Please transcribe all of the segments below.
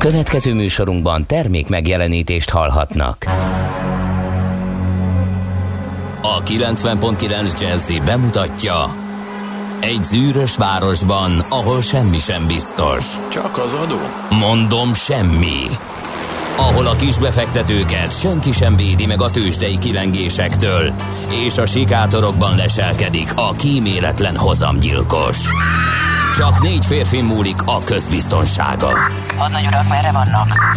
Következő műsorunkban termék megjelenítést hallhatnak. A 90.9 Jazzy bemutatja: egy zűrös városban, ahol semmi sem biztos. Csak az adó? Mondom, semmi. Ahol a kisbefektetőket senki sem védi meg a tőzsdei kilengésektől, és a sikátorokban leselkedik a kíméletlen hozamgyilkos. Csak 4 férfi múlik a közbiztonsága. Hadnagy urak, merre vannak?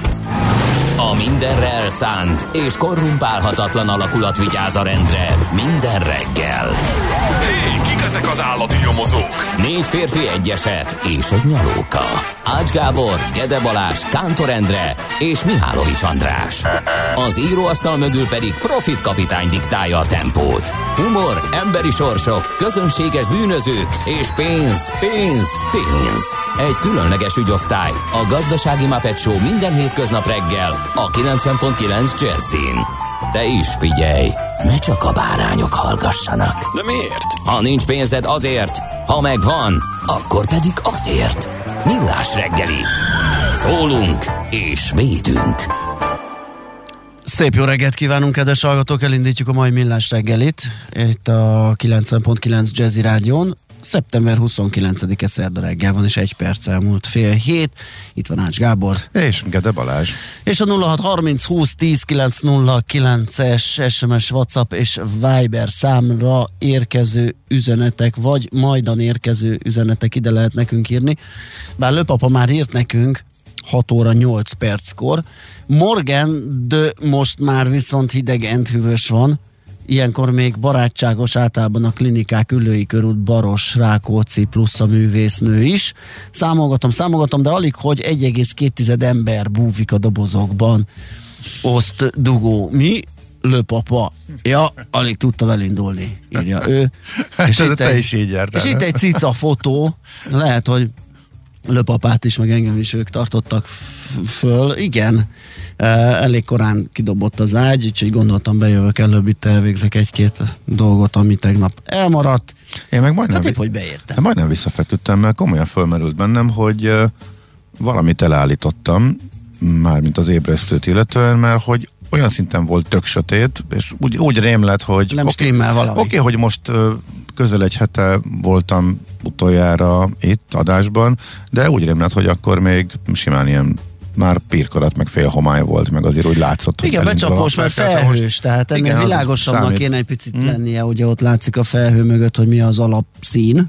A mindenre elszánt és korrumpálhatatlan alakulat vigyáz a rendre minden reggel. Hé, kik ezek az állati nyomozók? 4 férfi, egy eset és egy nyalóka. Ács Gábor, Gede Balázs, Kántor Endre és Mihálovics András. Az íróasztal mögül pedig Profit kapitány diktálja a tempót. Humor, emberi sorsok, közönséges bűnözők és pénz, pénz, pénz. Egy különleges ügyosztály, a Gazdasági Muppet Show minden hétköznap reggel a 90.9 Jazzyn. De is figyelj, ne csak a bárányok hallgassanak. De miért? Ha nincs pénzed, azért, ha megvan, akkor pedig azért. Millás reggeli. Szólunk és védünk. Szép jó reggelt kívánunk, kedves hallgatók! Elindítjuk a mai Millás reggelit itt a 90.9 Jazzy Rádión. Szeptember 29-e szerda reggel van, és 1 perc elmúlt fél 7. Itt van Ács Gábor. És Gede Balázs. És a 0630 20 10 909-es SMS, WhatsApp és Viber számra érkező üzenetek, vagy majdan érkező üzenetek ide lehet nekünk írni. Bár Lőpapa már írt nekünk 6 óra 8 perckor. Morgan, de most már viszont hideg endhűvös van. Ilyenkor még barátságos általában a klinikák, Üllői körút, Baros, Rákóczi plusz a művésznő is. Számolgatom, de alig, hogy 1,2 ember búvik a dobozokban. Oszt dugó. Mi? Lőpapa. Ja, alig tudtam elindulni, írja ő. És te is így jártál. És itt egy cica fotó. Lehet, hogy Lőpapát is, meg engem is ők tartottak föl. Igen, elég korán kidobott az ágy, úgyhogy gondoltam, bejövök előbb, itt elvégzek 1-2 dolgot, ami tegnap elmaradt. Én meg majdnem, hát épp, hogy beértem. Majdnem visszafeküdtem, mert komolyan fölmerült bennem, hogy valamit elállítottam, mármint az ébresztőt illetően, mert hogy olyan szinten volt tök sötét, és úgy rém lett, hogy nem stimmel valami. Oké, hogy most közel 1 hete voltam utoljára itt adásban, de úgy rém lett, hogy akkor még simán ilyen már pirkarat, meg fél homály volt, meg azért úgy látszott, hogy igen, becsapós, mert felhős, tehát ennél igen, világosabbnak kéne egy picit lennie, ugye ott látszik a felhő mögött, hogy mi az alapszín.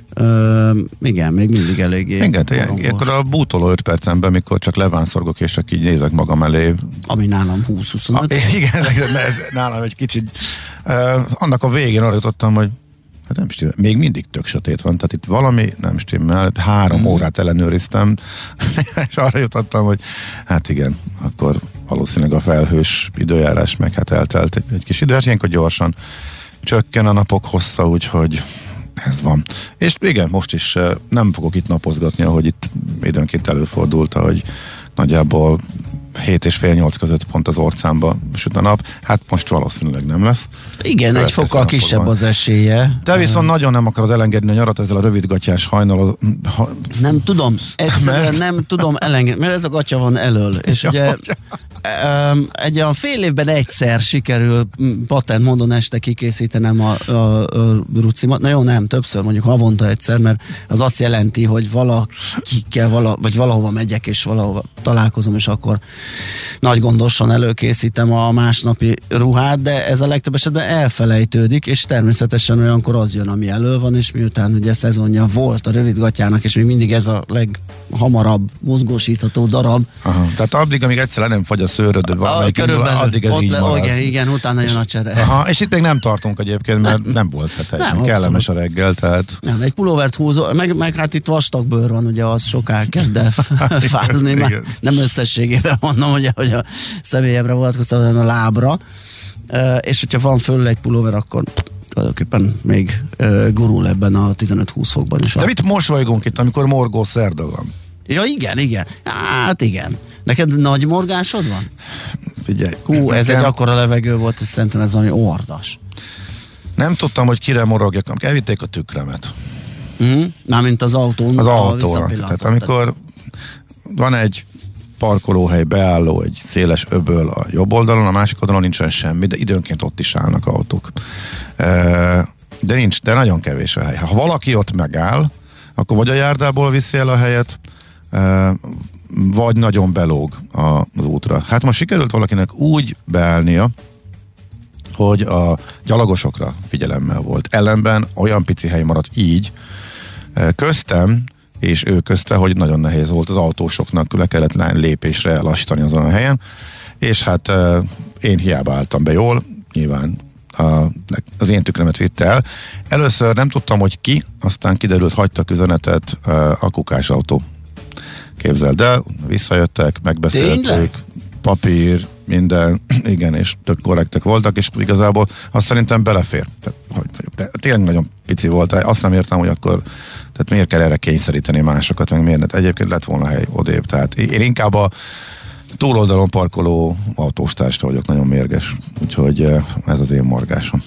Igen, még mindig eléggé. Igen, akkor a bútoló 5 percemben, mikor csak levánszorgok, és csak így nézek magam elé. Ami nálam 20-25. Igen, ez nálam egy kicsit. Annak a végén arra jutottam, hogy hát nem stimmel. Még mindig tök sötét van, tehát itt valami nem stimmel. 3 órát ellenőriztem, és arra jutottam, hogy hát igen, akkor valószínűleg a felhős időjárás meg hát eltelt egy kis idő. Hát ilyenkor gyorsan csökken a napok hossza, úgyhogy ez van. És igen, most is nem fogok itt napozgatni, ahogy itt időnként előfordult, hogy nagyjából 7 és fél 8 között pont az orcámba süt a nap. Hát most valószínűleg nem lesz. Igen, egy fokkal kisebb az esélye. Te viszont nagyon nem akarod elengedni a nyarat ezzel a rövidgatjás hajnal. Nem tudom, egyszerűen nem tudom elengedni, mert ez a gatya van elől. És ugye egy olyan fél évben egyszer sikerül patent módon este kikészítenem a rucimat. Na jó, nem, többször, mondjuk havonta egyszer, mert az azt jelenti, hogy valakikkel, vagy valahova megyek, és valahova találkozom, és akkor nagy gondosan előkészítem a másnapi ruhát, de ez a legtöbb esetben elfelejtődik, és természetesen olyankor az jön, ami elő van, és miután ugye szezonja volt a rövidgatjának, és még mindig ez a leghamarabb mozgósítható darab. Aha, tehát addig, amíg egyszer nem fagy a szőröd, addig ez így marad. Igen, utána jön a csere. Aha, és itt még nem tartunk egyébként, mert nem volt teljesen kellemes a reggel, tehát... Nem, egy pulóvert húzó, meg hát itt vastag bőr van, ugye az soká kezd el fázni, már nem összességében mondom, hogy a személyemre vonatkoztam, hanem a lábra, és hogyha van fölül egy pulóver, akkor tulajdonképpen még gurul ebben a 15-20 fokban is. De mit mosolygunk itt, amikor morgó szerda van? Ja, igen. Hát igen. Neked nagy morgásod van? Figyelj. Ez egy akkora levegő volt, hogy szerintem ez valami ordas. Nem tudtam, hogy kire morogjak, elvitték a tükrömet. Mármint az autón. Az autónak. Tehát amikor van egy parkolóhely, beálló, egy széles öböl a jobb oldalon, a másik oldalon nincsen semmi, de időnként ott is állnak autók. De nagyon kevés a hely. Ha valaki ott megáll, akkor vagy a járdából viszi el a helyet, vagy nagyon belóg az útra. Hát most sikerült valakinek úgy beállnia, hogy a gyalogosokra figyelemmel volt. Ellenben olyan pici hely maradt így, köztem és ő közte, hogy nagyon nehéz volt az autósoknak, le kellett lépésre lassítani azon a helyen, és hát én hiába álltam be jól, nyilván az én tükremet vitte el. Először nem tudtam, hogy ki, aztán kiderült, hagytak üzenetet, a kukás autó. Képzeld el, visszajöttek, megbeszéltük, tényleg? Papír, minden, igen, és tök korrektek voltak, és igazából azt szerintem belefér. De tényleg nagyon pici volt, azt nem értem, hogy akkor tehát miért kell erre kényszeríteni másokat, meg miért? Egyébként lett volna hely odébb. Tehát én inkább a túloldalon parkoló autóstársra vagyok nagyon mérges. Úgyhogy ez az én morgásom.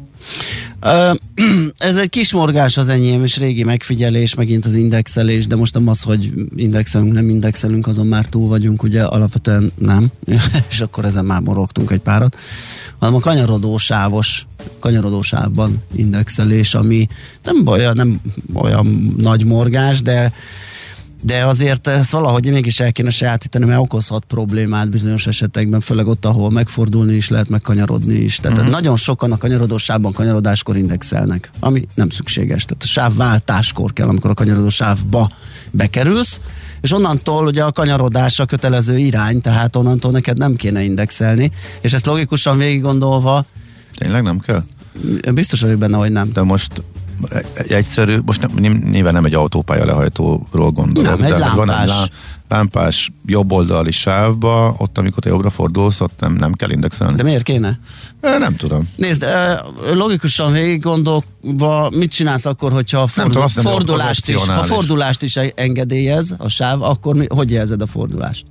Ez egy kis morgás az enyém, és régi megfigyelés, megint az indexelés, de most nem az, hogy indexelünk, nem indexelünk, azon már túl vagyunk, ugye alapvetően nem, és akkor ezen már morogtunk egy párat, hanem a kanyarodósávban indexelés, ami nem olyan nagy morgás, de azért ezt valahogy mégis el kéne sajátítani, mert okozhat problémát bizonyos esetekben, főleg ott, ahol megfordulni is lehet, meg kanyarodni is. Tehát nagyon sokan a kanyarodósávban kanyarodáskor indexelnek, ami nem szükséges. Tehát a sávváltáskor kell, amikor a kanyarodósávba bekerülsz, és onnantól ugye a kanyarodás a kötelező irány, tehát onnantól neked nem kéne indexelni, és ezt logikusan végig gondolva... Tényleg nem kell? Biztos vagyok benne, hogy nem. De most egyszerű, most nyilván nem egy autópálya lehajtóról gondolok. Nem, egy lámpás. Van egy lámpás jobboldali sávba, ott amikor te jobbra fordulsz, ott nem kell indexelni. De miért kéne? Nem tudom. Nézd, logikusan végig gondolva, mit csinálsz akkor, hogyha a fordulást is engedélyez a sáv, akkor hogy jelzed a fordulást?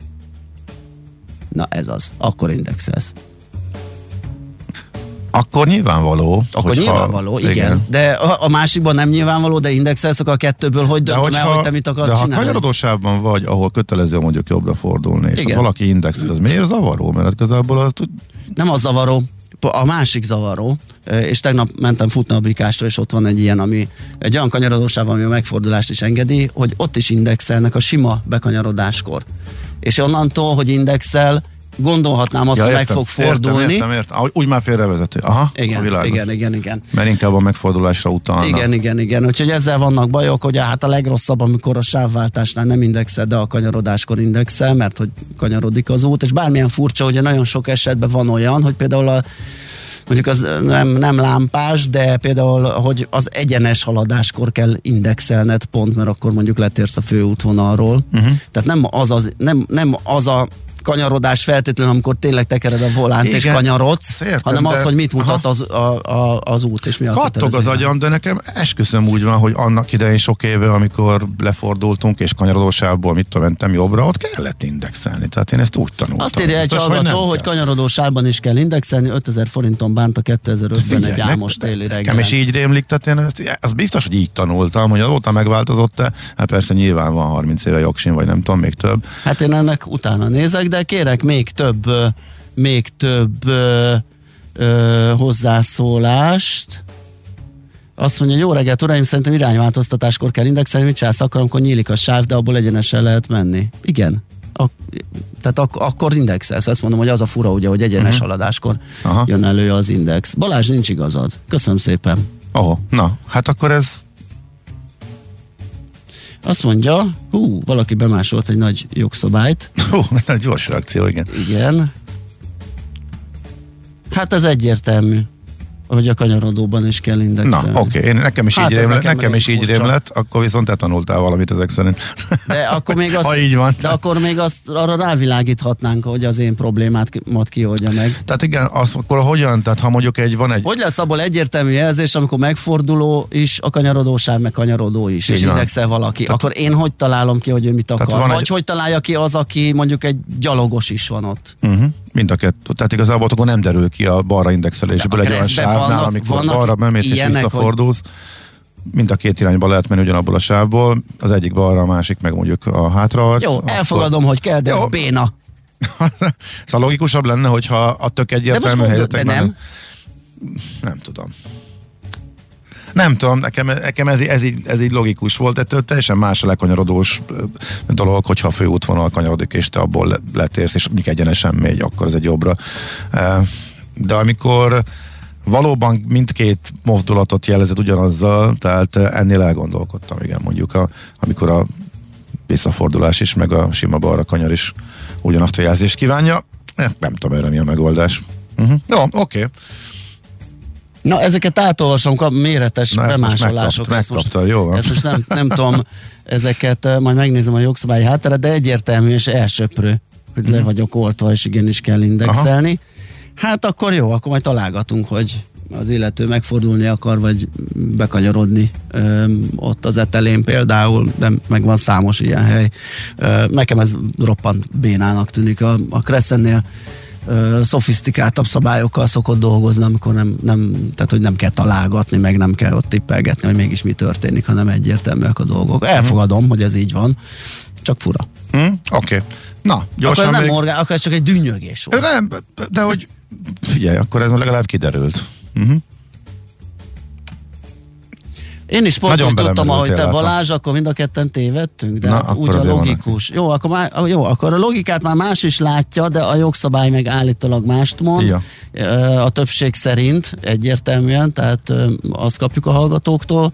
Na ez az, akkor indexelsz. Akkor nyilvánvaló. Nyilvánvaló, igen. De a másikban nem nyilvánvaló, de indexelsz, akkor a kettőből hogy döntöm el, hogy te mit akarsz csinálni? De ha kanyarodósávban vagy, ahol kötelező mondjuk jobbra fordulni, és valaki indexel, az miért zavaró? Mert igazából az nem az zavaró, a másik zavaró, és tegnap mentem futni a Bikásra, és ott van egy ilyen, ami egy olyan kanyarodósáv, ami a megfordulást is engedi, hogy ott is indexelnek a sima bekanyarodáskor. És onnantól, hogy indexel, gondolhatnám azt, hogy meg fog fordulni. Értem. Úgy már félrevezető. Aha, igen. Mert inkább a megfordulásra utalnak. Igen. Úgyhogy ezzel vannak bajok, hogy hát a legrosszabb, amikor a sávváltásnál nem indexel, de a kanyarodáskor indexel, mert hogy kanyarodik az út, és bármilyen furcsa, ugye nagyon sok esetben van olyan, hogy például mondjuk az nem lámpás, de például, hogy az egyenes haladáskor kell indexelned pont, mert akkor mondjuk letérsz a főútvonalról. Tehát nem az a kanyarodás feltétlenül, amikor tényleg tekered a volánt és kanyarodsz, hanem az, hogy mit mutat az út, és mi a kattog az agyam, de nekem esküszöm úgy van, hogy annak idején sok éve, amikor lefordultunk, és kanyarodósávból mentem jobbra, ott kellett indexelni. Tehát én ezt úgy tanultam. Azt írja egy hallgató, hogy kanyarodósávban is kell indexelni, 5000 forinton bánt a 2005-ben egy álmos téli reggel. És így rémlik, tehát én az biztos, hogy így tanultam, hogy azóta megváltozott-e. Hát persze nyilván van 30 éve jogsim, vagy nem tudom, még több. Hát én ennek utána nézek, de kérek még több hozzászólást. Azt mondja, jó reggelt, uraim, szerintem irányváltoztatáskor kell indexelni, mit csinálsz akkor, amikor nyílik a sáv, de abból egyenesen lehet menni. Igen. Tehát akkor indexelsz. Azt mondom, hogy az a fura, ugye, hogy egyenes haladáskor jön elő az index. Balázs, nincs igazad. Köszönöm szépen. Na, hát akkor ez azt mondja, valaki bemásolt egy nagy jogszabályt. Egy gyors reakció, igen. Igen. Hát ez egyértelmű, hogy a kanyarodóban is kell indexelni. Na, oké. Nekem is így rém lett, akkor viszont te tanultál valamit ezek szerint. De akkor még azt, ha így van. De akkor még azt arra rávilágíthatnánk, hogy az én problémámat kioldja meg. Tehát igen, akkor hogyan? Tehát ha mondjuk van egy... Hogy lesz abból egyértelmű jelzés, amikor megforduló is, a kanyarodóság, meg kanyarodó is, és indexel valaki. Tehát, akkor én hogy találom ki, hogy ő mit akar? Vagy hogy találja ki az, aki mondjuk egy gyalogos is van ott? Mind a kettő. Tehát igazából akkor nem derül ki a balra indexelésből egy olyan sávnál, amikor balra bemész és visszafordulsz. mind a két irányba lehet menni ugyanabból a sávból, az egyik balra, a másik meg mondjuk a hátraarc. Jó, elfogadom, hogy kell, de ez béna. Szóval logikusabb lenne, hogyha a tök egyértelmű helyzetekben... Nem tudom. Nem tudom, nekem ez így logikus volt, ettől teljesen más a lekanyarodós dolog, hogyha a főútvonal kanyarodik, és te abból letérsz, és mondjuk egyenesen megy, akkor ez egy jobbra. De amikor valóban mindkét mozdulatot jelezed ugyanazzal, tehát ennél elgondolkodtam, igen, mondjuk amikor a visszafordulás is, meg a sima balra kanyar is ugyanazt a jelzést kívánja. Nem tudom erre mi a megoldás. Jó, oké. Na, ezeket átolvasom, a méretes bemásolások. Ezt most nem tudom, ezeket majd megnézem a jogszabályi hátteret, de egyértelmű és elsöprő, hogy le vagyok oltva, és igenis kell indexelni. Aha. Hát akkor jó, akkor majd találgatunk, hogy az illető megfordulni akar, vagy bekanyarodni ott az etelén például, de meg van számos ilyen hely. Nekem ez roppant bénának tűnik. A Crescentnél szofisztikáltabb szabályokkal szokott dolgozni, amikor tehát hogy nem kell találgatni, meg nem kell ott tippelgetni, hogy mégis mi történik, hanem egyértelműek a dolgok. Elfogadom, hogy ez így van, csak fura. Oké. Na, gyorsan akkor ez nem akkor ez csak egy dünnyögés volt. Nem, de hogy figyelj, akkor ez legalább kiderült. Én is pont úgy tudtam, ahogy te Balázs, akkor mind a ketten tévedtünk, de hát úgy a logikus. Jó, akkor a logikát már más is látja, de a jogszabály meg állítólag mást mond. Ja. A többség szerint egyértelműen, tehát azt kapjuk a hallgatóktól.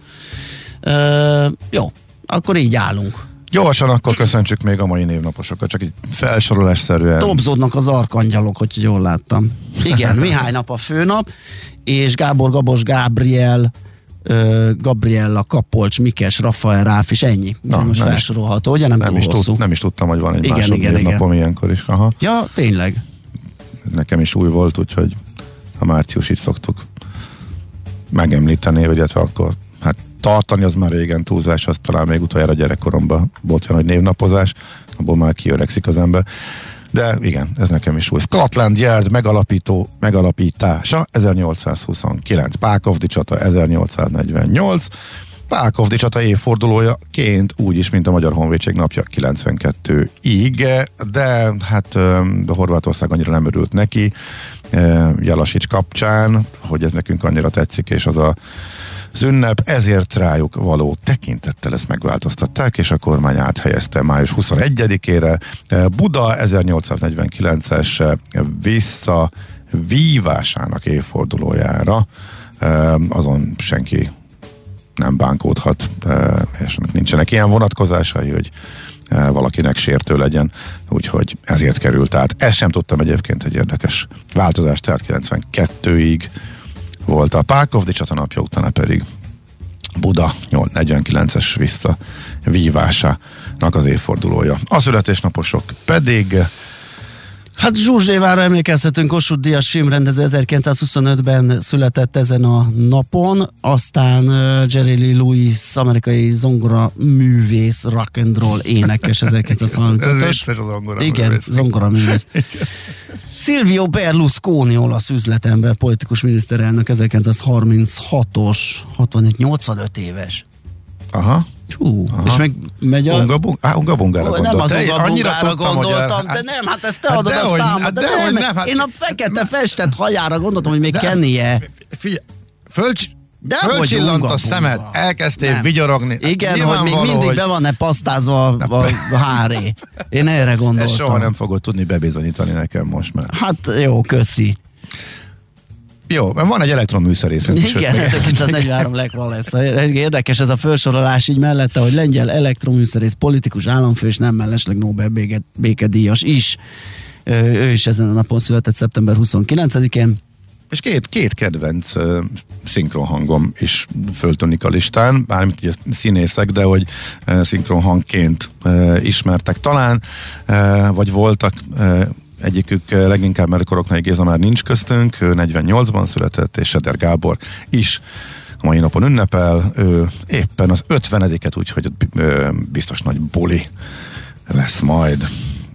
Jó, akkor így állunk. Gyorsan akkor köszöntsük még a mai névnaposokat, csak így felsorolásszerűen. Tobzódnak az arkangyalok, hogy jól láttam. Igen, Mihály nap a főnap, és Gábor, Gabos, Gábriel, Gabriella, Kapolcs, Mikes, Rafael, Ráf, és ennyi. Most felsorolható, ugye? Nem is tudtam, hogy van egy másodnévnapom ilyenkor is. Aha. Ja, tényleg. Nekem is új volt, úgyhogy a márciusit szoktuk megemlíteni, illetve akkor tartani az már régen túlzás, az talán még utoljára gyerekkoromban volt olyan, hogy névnapozás, abból már kiöregszik az ember. De igen, ez nekem is új. Scotland Yard megalapítása 1829, Pákovdi csata 1848, Pákovdi csata évfordulójaként úgyis, mint a Magyar Honvédség napja 92-ig, de hát Horvátország annyira nem örült neki Jellasics kapcsán, hogy ez nekünk annyira tetszik, és az ünnep, ezért rájuk való tekintettel ezt megváltoztatták, és a kormány áthelyezte május 21-ére. Buda 1849-es visszavívásának évfordulójára, azon senki nem bánkódhat, és nincsenek ilyen vonatkozásai, hogy valakinek sértő legyen, úgyhogy ezért került át. Ezt sem tudtam, egyébként egy érdekes változás, tehát 92-ig volt a Pákovdi csata napja, utána pedig Buda 49-es visszavívásának az évfordulója. A születésnaposok pedig... Hát Zsuzsévára emlékezhetünk, Kossuth Díjas filmrendező 1925-ben született ezen a napon, aztán Jerry Lee Lewis, amerikai zongora művész, rock and roll énekes 1935-ös. Igen, zongora művész. Silvio Berlusconi, olasz üzletember, politikus miniszterelnök, 1936-os, 85 éves. Aha. És meg megy a... Unga Bungára gondoltam. Nem az Unga Bungára gondoltam, de nem, hát ezt te adod a számot. Én a fekete festett hajára gondoltam, hogy még kennie. Figyelj, fölcsillant a szemed, elkezdtél vigyorogni. Igen, hogy még mindig be van-e pasztázva a háré. Én erre gondoltam. Ezt soha nem fogod tudni bebizonyítani nekem most már. Hát jó, köszi. Jó, van egy elektroműszerészünk is. Igen, 1943 lekva lesz. Érdekes ez a felsorolás így mellette, hogy lengyel elektroműszerész, politikus, államfő és nem mellesleg Nobel békedíjas is. Ő is ezen a napon született, szeptember 29-én. És két kedvenc szinkronhangom is föltűnik a listán, bármit ugye színészek, de hogy szinkronhangként ismertek talán, vagy voltak. Egyikük leginkább, mert Koroknai Géza már nincs köztünk, ő 48-ban született, és Seder Gábor is a mai napon ünnepel, ő éppen az 50-et, úgyhogy biztos nagy buli lesz majd.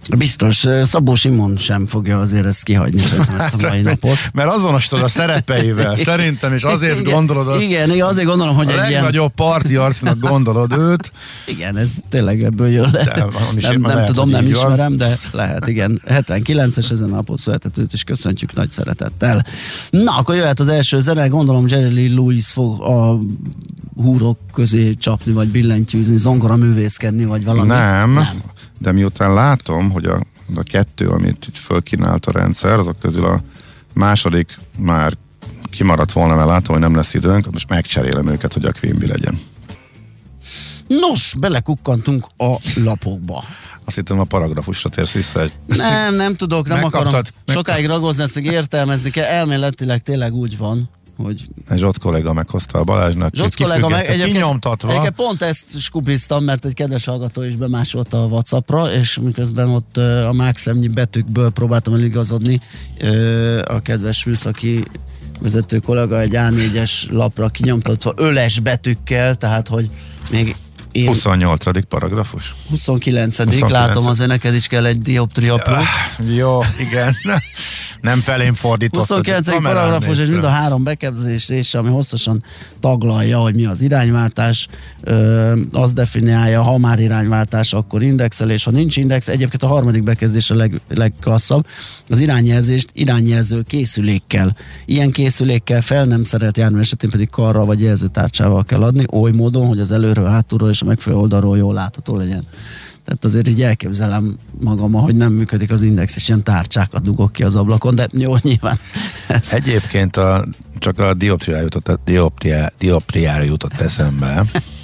Biztos, Szabó Simon sem fogja azért ezt kihagyni szerintem ezt a mai napot. Mert azonosítod a szerepeivel, szerintem, és azért igen, gondolod azt. Igen, azért gondolom, hogy a egy legnagyobb parti arcnak gondolod őt. Igen, ez tényleg ebből jön le. Nem tudom, nem ismerem, de lehet, igen. 79-es ezen a napot született őt, és köszöntjük nagy szeretettel. Na, akkor jöhet az első zene, gondolom Jerry Lee Lewis fog a húrok közé csapni, vagy billentyűzni, zongora művészkedni, vagy valami. Nem. De miután látom, hogy a kettő, amit itt fölkínált a rendszer, azok közül a második már kimaradt volna, mert látom, hogy nem lesz időnk, most megcserélem őket, hogy a Quimby legyen. Nos, belekukkantunk a lapokba. Azt hittem, a paragrafusra térsz vissza. Nem tudok, nem akarom sokáig ragozni, ezt még értelmezni kell. Elméletileg tényleg úgy van, hogy... Zsolt kolléga meghozta a Balázsnak. Zsolt kolléga meg kinyomtatva. Pont ezt skubiztam, mert egy kedves hallgató is bemásolta a WhatsAppra, és miközben ott a mákszemnyi betűkből próbáltam eligazodni, a kedves műszaki vezető kollega egy A4-es lapra kinyomtatva öles betűkkel, tehát hogy még 28. paragrafus. 29. Látom, azért neked is kell egy dioptria plusz. Jó, igen. Nem felém fordítottad. 29. paragrafus, és mind a három bekezdés része, ami hosszasan taglalja, hogy mi az irányváltás, az definiálja, ha már irányváltás, akkor indexelés, ha nincs index. Egyébként a harmadik bekezdés a legklasszabb. Az irányjelzést irányjelző készülékkel. Ilyen készülékkel fel nem szerelt jármű esetén pedig karral vagy jelzőtárcsával kell adni, oly módon, hogy az előről, hátulról és a megfelelő oldalról jól látható legyen. Tehát azért így elképzelem magam, hogy nem működik az index, és ilyen tárcsákat dugok ki az ablakon, de jó, nyilván. Ez... Egyébként csak a dioptriára jutott eszembe,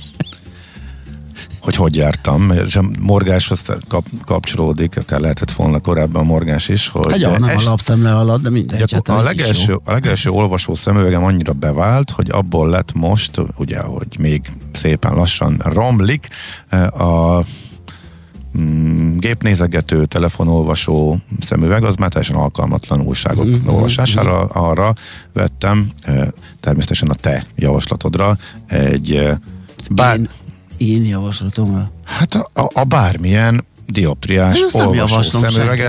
hogy jártam, és a morgáshoz kapcsolódik, akár lehetett volna korábban a morgás is, hogy... nem a lapszemle alatt, de mindegy. A legelső olvasó szemüvegem annyira bevált, hogy abból lett most, ugye, hogy még szépen lassan romlik, a gépnézegető, telefonolvasó szemüveg, az már teljesen alkalmatlan újságok olvasására. Arra vettem, természetesen a te javaslatodra, egy... Én javaslatomra? Hát a bármilyen dioptriás olvasó szemüveget.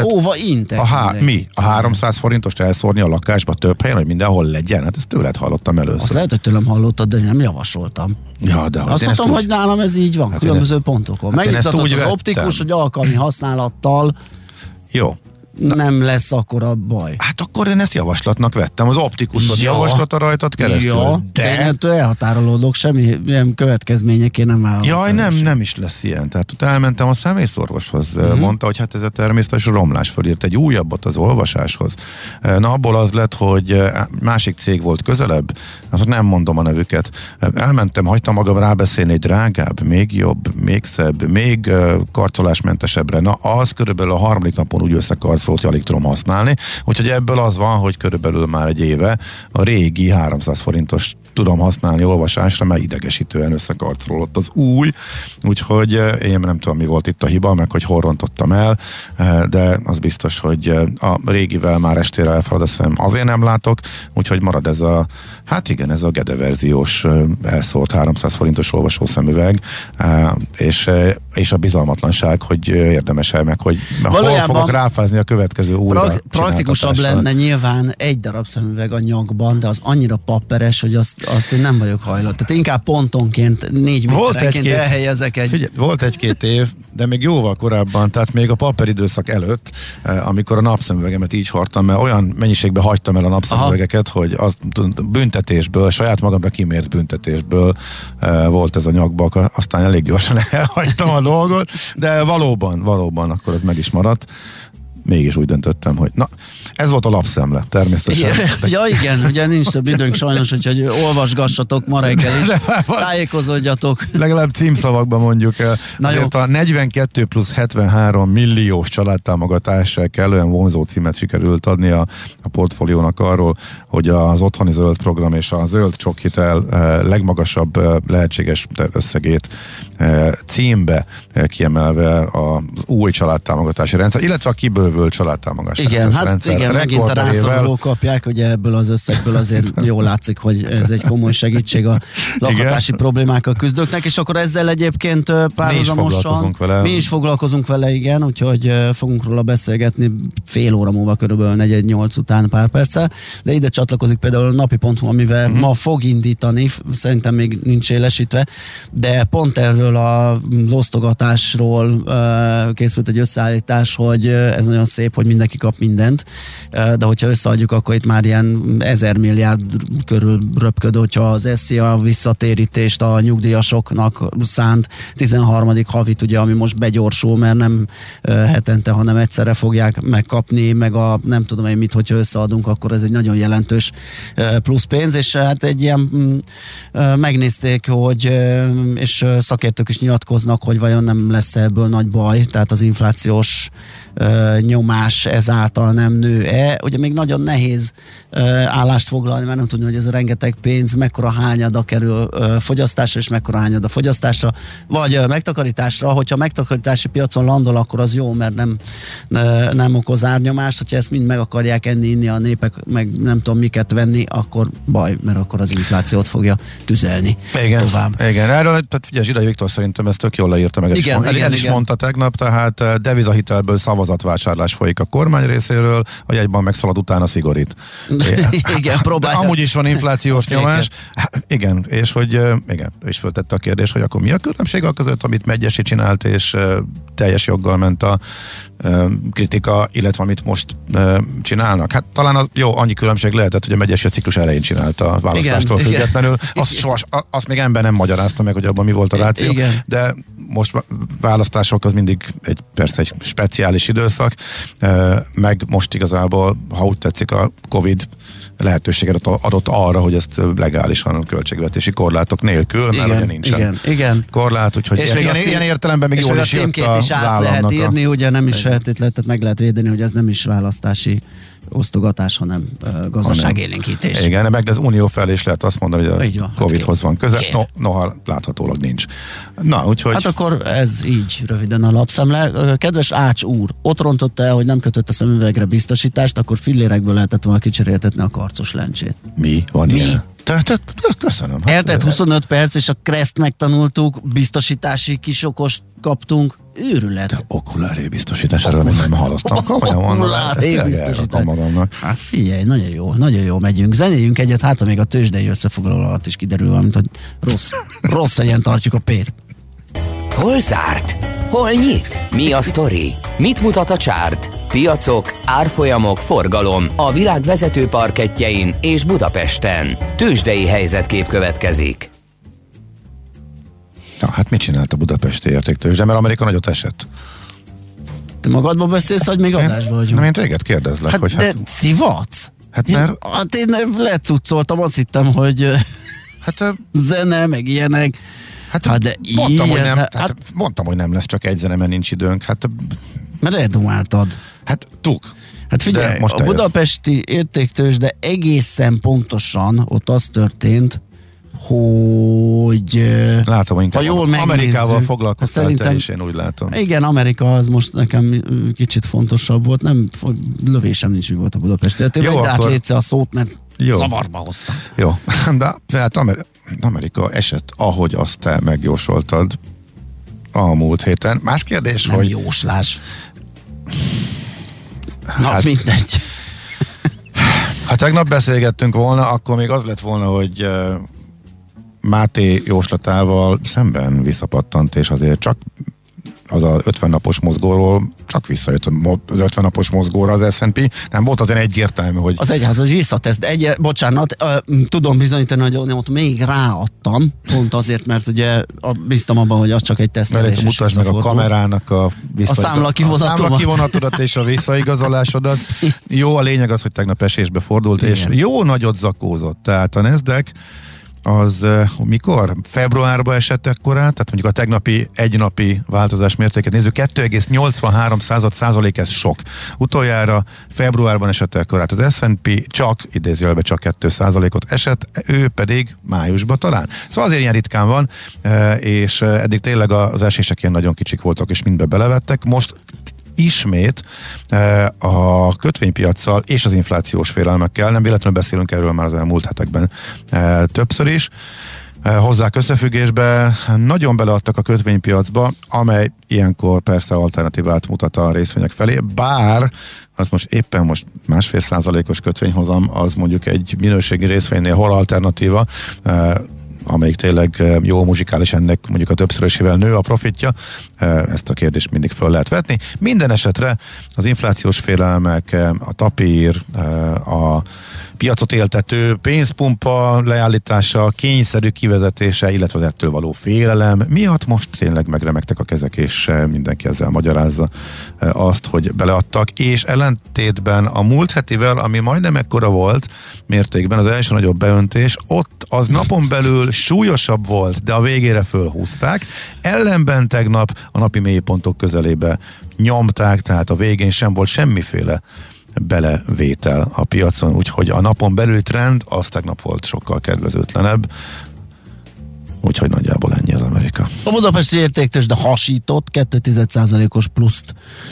A 300 forintost elszórni a lakásba több helyen, hogy mindenhol legyen? Hát ezt tőled hallottam először. Azt lehet, hogy tőlem hallottad, de nem javasoltam. Ja, de azt mondtam, hogy nálam ez így van, különböző pontokon. Megnyugtatott az optikus, hogy alkalmi használattal jó. Nem lesz akkora baj. Hát akkor én ezt javaslatnak vettem. Az optikusod javaslata rajtad keresztül. Ja, de én ettől elhatárolódok, semmi következményeként nem vállalok. Jaj, nem is lesz ilyen. Tehát ott elmentem a személyszorvoshoz. Mondta, hogy hát ez a természetes romlás, fölírt egy újabbat az olvasáshoz. Na, abból az lett, hogy másik cég volt közelebb, azt nem mondom a nevüket. Elmentem, hagytam magam rábeszélni egy drágább, még jobb, még szebb, még karcolásmentesebbre. Na, az körülbelül a harmadik napon úgy összekarcolt, hogy alig tudom használni. Úgyhogy ebből az van, hogy körülbelül már egy éve a régi 300 forintos tudom használni olvasásra, mert idegesítően összekarcolott az új. Úgyhogy én nem tudom, mi volt itt a hiba, meg hogy hol rontottam el, de az biztos, hogy a régivel már estére elfalad a szemem. Azért nem látok, úgyhogy marad ez a, hát igen, ez a Gede verziós elszólt 300 forintos olvasószemüveg, és a bizalmatlanság, hogy érdemes-e meg, hogy hol fogok ráfázni a következő újra. Praktikusabb lenne nyilván egy darab szemüveg a nyakban, de az annyira papperes, hogy azt én nem vagyok hajlott. Tehát inkább pontonként 4 méterenként elhelyezek egy... Figyelj, volt 1-2 év, de még jóval korábban, tehát még a papper időszak előtt, amikor a napszemüvegemet így hordtam, mert olyan mennyiségben hagytam el a napszemüvegeket, hogy az büntetésből, saját magamra kimért büntetésből volt ez a nyakbak, aztán elég gyorsan elhagytam a dolgot, de valóban akkor ez meg is maradt. Mégis úgy döntöttem, hogy na, ez volt a lapszemle, természetesen. Ja igen, ugye nincs több időnk sajnos, hogy olvasgassatok ma reggel is, tájékozódjatok. Legalább címszavakban mondjuk. Azért a 42 plusz 73 milliós családtámogatásra kellően vonzó címet sikerült adni a portfóliónak arról, hogy az otthoni zöld program és a zöld csokhitel legmagasabb lehetséges összegét címbe kiemelve az új családtámogatási rendszer, illetve a kibővült bővült családtámogatás. Igen, hát igen, megint a rászorulók kapják, ugye ebből az összegből azért jól látszik, hogy ez egy komoly segítség a lakhatási problémákkal küzdőknek, és akkor ezzel egyébként párhuzamosan mi is foglalkozunk vele, igen, úgyhogy fogunk róla beszélgetni fél óra múlva, körülbelül 4:08 után pár perccel, de ide csatlakozik például a napi.hu, amivel ma fog indítani, szerintem még nincs élesítve, de pont erről az osztogatásról készült egy összeállítás, hogy ez nagyon szép, hogy mindenki kap mindent, de hogyha összeadjuk, akkor itt már ilyen 1000 milliárd körül röpköd, hogyha az SZIA visszatérítést a nyugdíjasoknak szánt 13. havit, ugye, ami most begyorsul, mert nem hetente, hanem egyszerre fogják megkapni, meg a nem tudom én mit, hogyha összeadunk, akkor ez egy nagyon jelentős plusz pénz, és hát egy ilyen megnézték, hogy és szakértők is nyilatkoznak, hogy vajon nem lesz ebből nagy baj, tehát az inflációs nyomás ezáltal nem nő-e. Ugye még nagyon nehéz állást foglalni, mert nem tudni, hogy ez a rengeteg pénz mekkora hányada kerül fogyasztásra, és mekkora hányada fogyasztásra, vagy megtakarításra. Hogyha megtakarítási piacon landol, akkor az jó, mert nem okoz árnyomást. Hogyha ezt mind meg akarják enni, inni a népek, meg nem tudom miket venni, akkor baj, mert akkor az inflációt fogja tüzelni tovább. Igen, erről, tehát figyelj, Zsidai Viktor szerintem ezt tök jól leírta meg. El is mondta tegnap, tehát devizahitelből szavazatvásárlás folyik a kormány részéről, a jegyban megszalad, utána szigorít. Igen, próbálja. Amúgy is van inflációs nyomás. Igen, és hogy igen, és föltette a kérdés, hogy akkor mi a különbség a között, amit Medgyessy csinált, és teljes joggal ment a kritika, illetve amit most csinálnak. Hát talán az, jó, annyi különbség lehetett, hogy a Medgyessy a ciklus elején csinálta a választástól függetlenül. Azt még ember nem magyarázta meg, hogy abban mi volt a ráció, de most választások az mindig persze egy speciális időszak, meg most igazából, ha úgy tetszik, a Covid lehetőséget adott arra, hogy ezt legálisan költségvetési korlátok nélkül, mert ugye nincsen korlát, úgyhogy és ilyen értelemben még jól is jött a is át lehet írni, ugye nem is feltétlenül, tehát meg lehet védeni, hogy ez nem is választási osztogatás, hanem gazdaságélénkítés. Igen, meg az Unió felé is lehet azt mondani, hogy a Covid-hoz van köze, noha láthatólag nincs. Na, úgyhogy... Hát akkor ez így röviden a lapszemle. Kedves Ács úr, ott rontotta el, hogy nem kötött a szemüvegre biztosítást, akkor fillérekből lehetett volna kicseréltetni a karcos lencsét. Mi? Van ilyen? Köszönöm. Eltelt 25 perc, és a Kreszt megtanultuk, biztosítási kisokost kaptunk. Őrület. De okuláré biztosítás, erről még nem hallottam. Komolyan mondom, ezt elgáltam magamnak. Hát figyelj, nagyon jó megyünk. Zenéljünk egyet, hát még a tőzsdei összefoglaló alatt is kiderül valamint, hogy rossz helyen tartjuk a pénzt. Hol zárt? Hol nyit? Mi a sztori? Mit mutat a csárt? Piacok, árfolyamok, forgalom a világ vezető parkettjein és Budapesten. Tőzsdei helyzetkép következik. Na, hát mit csinált a budapesti értéktőzsde, mert Amerika nagyot esett. Te magadban beszélsz, hogy még adásban vagyunk? Nem, én téged kérdezlek. Hát, hogy de szivatsz? Hát mert... Hát én lecuccoltam, azt hittem, hogy zene, meg ilyenek. Hát de mondtam, hogy nem, mondtam, hogy nem lesz csak egy zene, mert nincs időnk. Mert eldumáltad. Hát Hát figyelj, most a budapesti értéktőzsde egészen pontosan ott az történt, hogy látom, inkább jól Amerikával foglalkoztál, te is, én úgy látom. Igen, Amerika az most nekem kicsit fontosabb volt, nem, lövésem nincs, mi volt a budapesti. Jó, akkor... átlétsze a szót, mert zavarba hoztam. Jó, de hát Amerika esett, ahogy azt te megjósoltad a múlt héten. Más kérdés, nem hogy... jóslás. Na, mindegy. Ha tegnap beszélgettünk volna, akkor még az lett volna, hogy Máté jóslatával szemben visszapattant, és azért csak az a 50 napos mozgóról csak visszajött az 50 napos mozgóra az S&P. Nem volt azért egyértelmű, hogy... Az egyház, az visszatesz. Bocsánat, tudom bizonyítani, hogy ott még ráadtam, pont azért, mert ugye bíztam abban, hogy az csak egy tesztelés. Mutasd meg a kamerának a számlakivonatodat és a visszaigazolásodat. Jó, a lényeg az, hogy tegnap esésbe fordult, igen. És jó nagyot zakózott. Tehát a Nasdaq az mikor? Februárban esett ekkorát, tehát mondjuk a tegnapi egynapi változás mértéket nézzük, 2,83%, ez sok. Utoljára februárban esett ekkorát. Az S&P csak, idézőjelben csak 2%-ot esett, ő pedig májusban talán. Szóval azért ilyen ritkán van, és eddig tényleg az esések ilyen nagyon kicsik voltak, és mindbe belevettek. Most ismét a kötvénypiaccal és az inflációs félelmekkel, nem véletlenül beszélünk erről már az elmúlt hetekben többször is, hozzák összefüggésbe, nagyon beleadtak a kötvénypiacba, amely ilyenkor persze alternatívát mutat a részvények felé, bár az most éppen 1,5%-os kötvényhozam, az mondjuk egy minőségi részvénynél hol alternatíva, amelyik tényleg jó muzsikális, ennek mondjuk a többszörösével nő a profitja, ezt a kérdést mindig föl lehet vetni. Minden esetre az inflációs félelmek, a tapír, a piacot éltető pénzpumpa leállítása, kényszerű kivezetése, illetve az ettől való félelem miatt most tényleg megremegtek a kezek, és mindenki ezzel magyarázza azt, hogy beleadtak, és ellentétben a múlt hetivel, ami majdnem ekkora volt mértékben, az első nagyobb beöntés, ott az napon belül súlyosabb volt, de a végére fölhúzták. Ellenben tegnap a napi mélypontok közelébe nyomták, tehát a végén sem volt semmiféle belevétel a piacon, úgyhogy a napon belül trend az tegnap volt sokkal kedvezőtlenebb, úgyhogy nagyjából ennyi az Amerika. A budapesti értéktőzsde hasított, 2,1%-os pluszt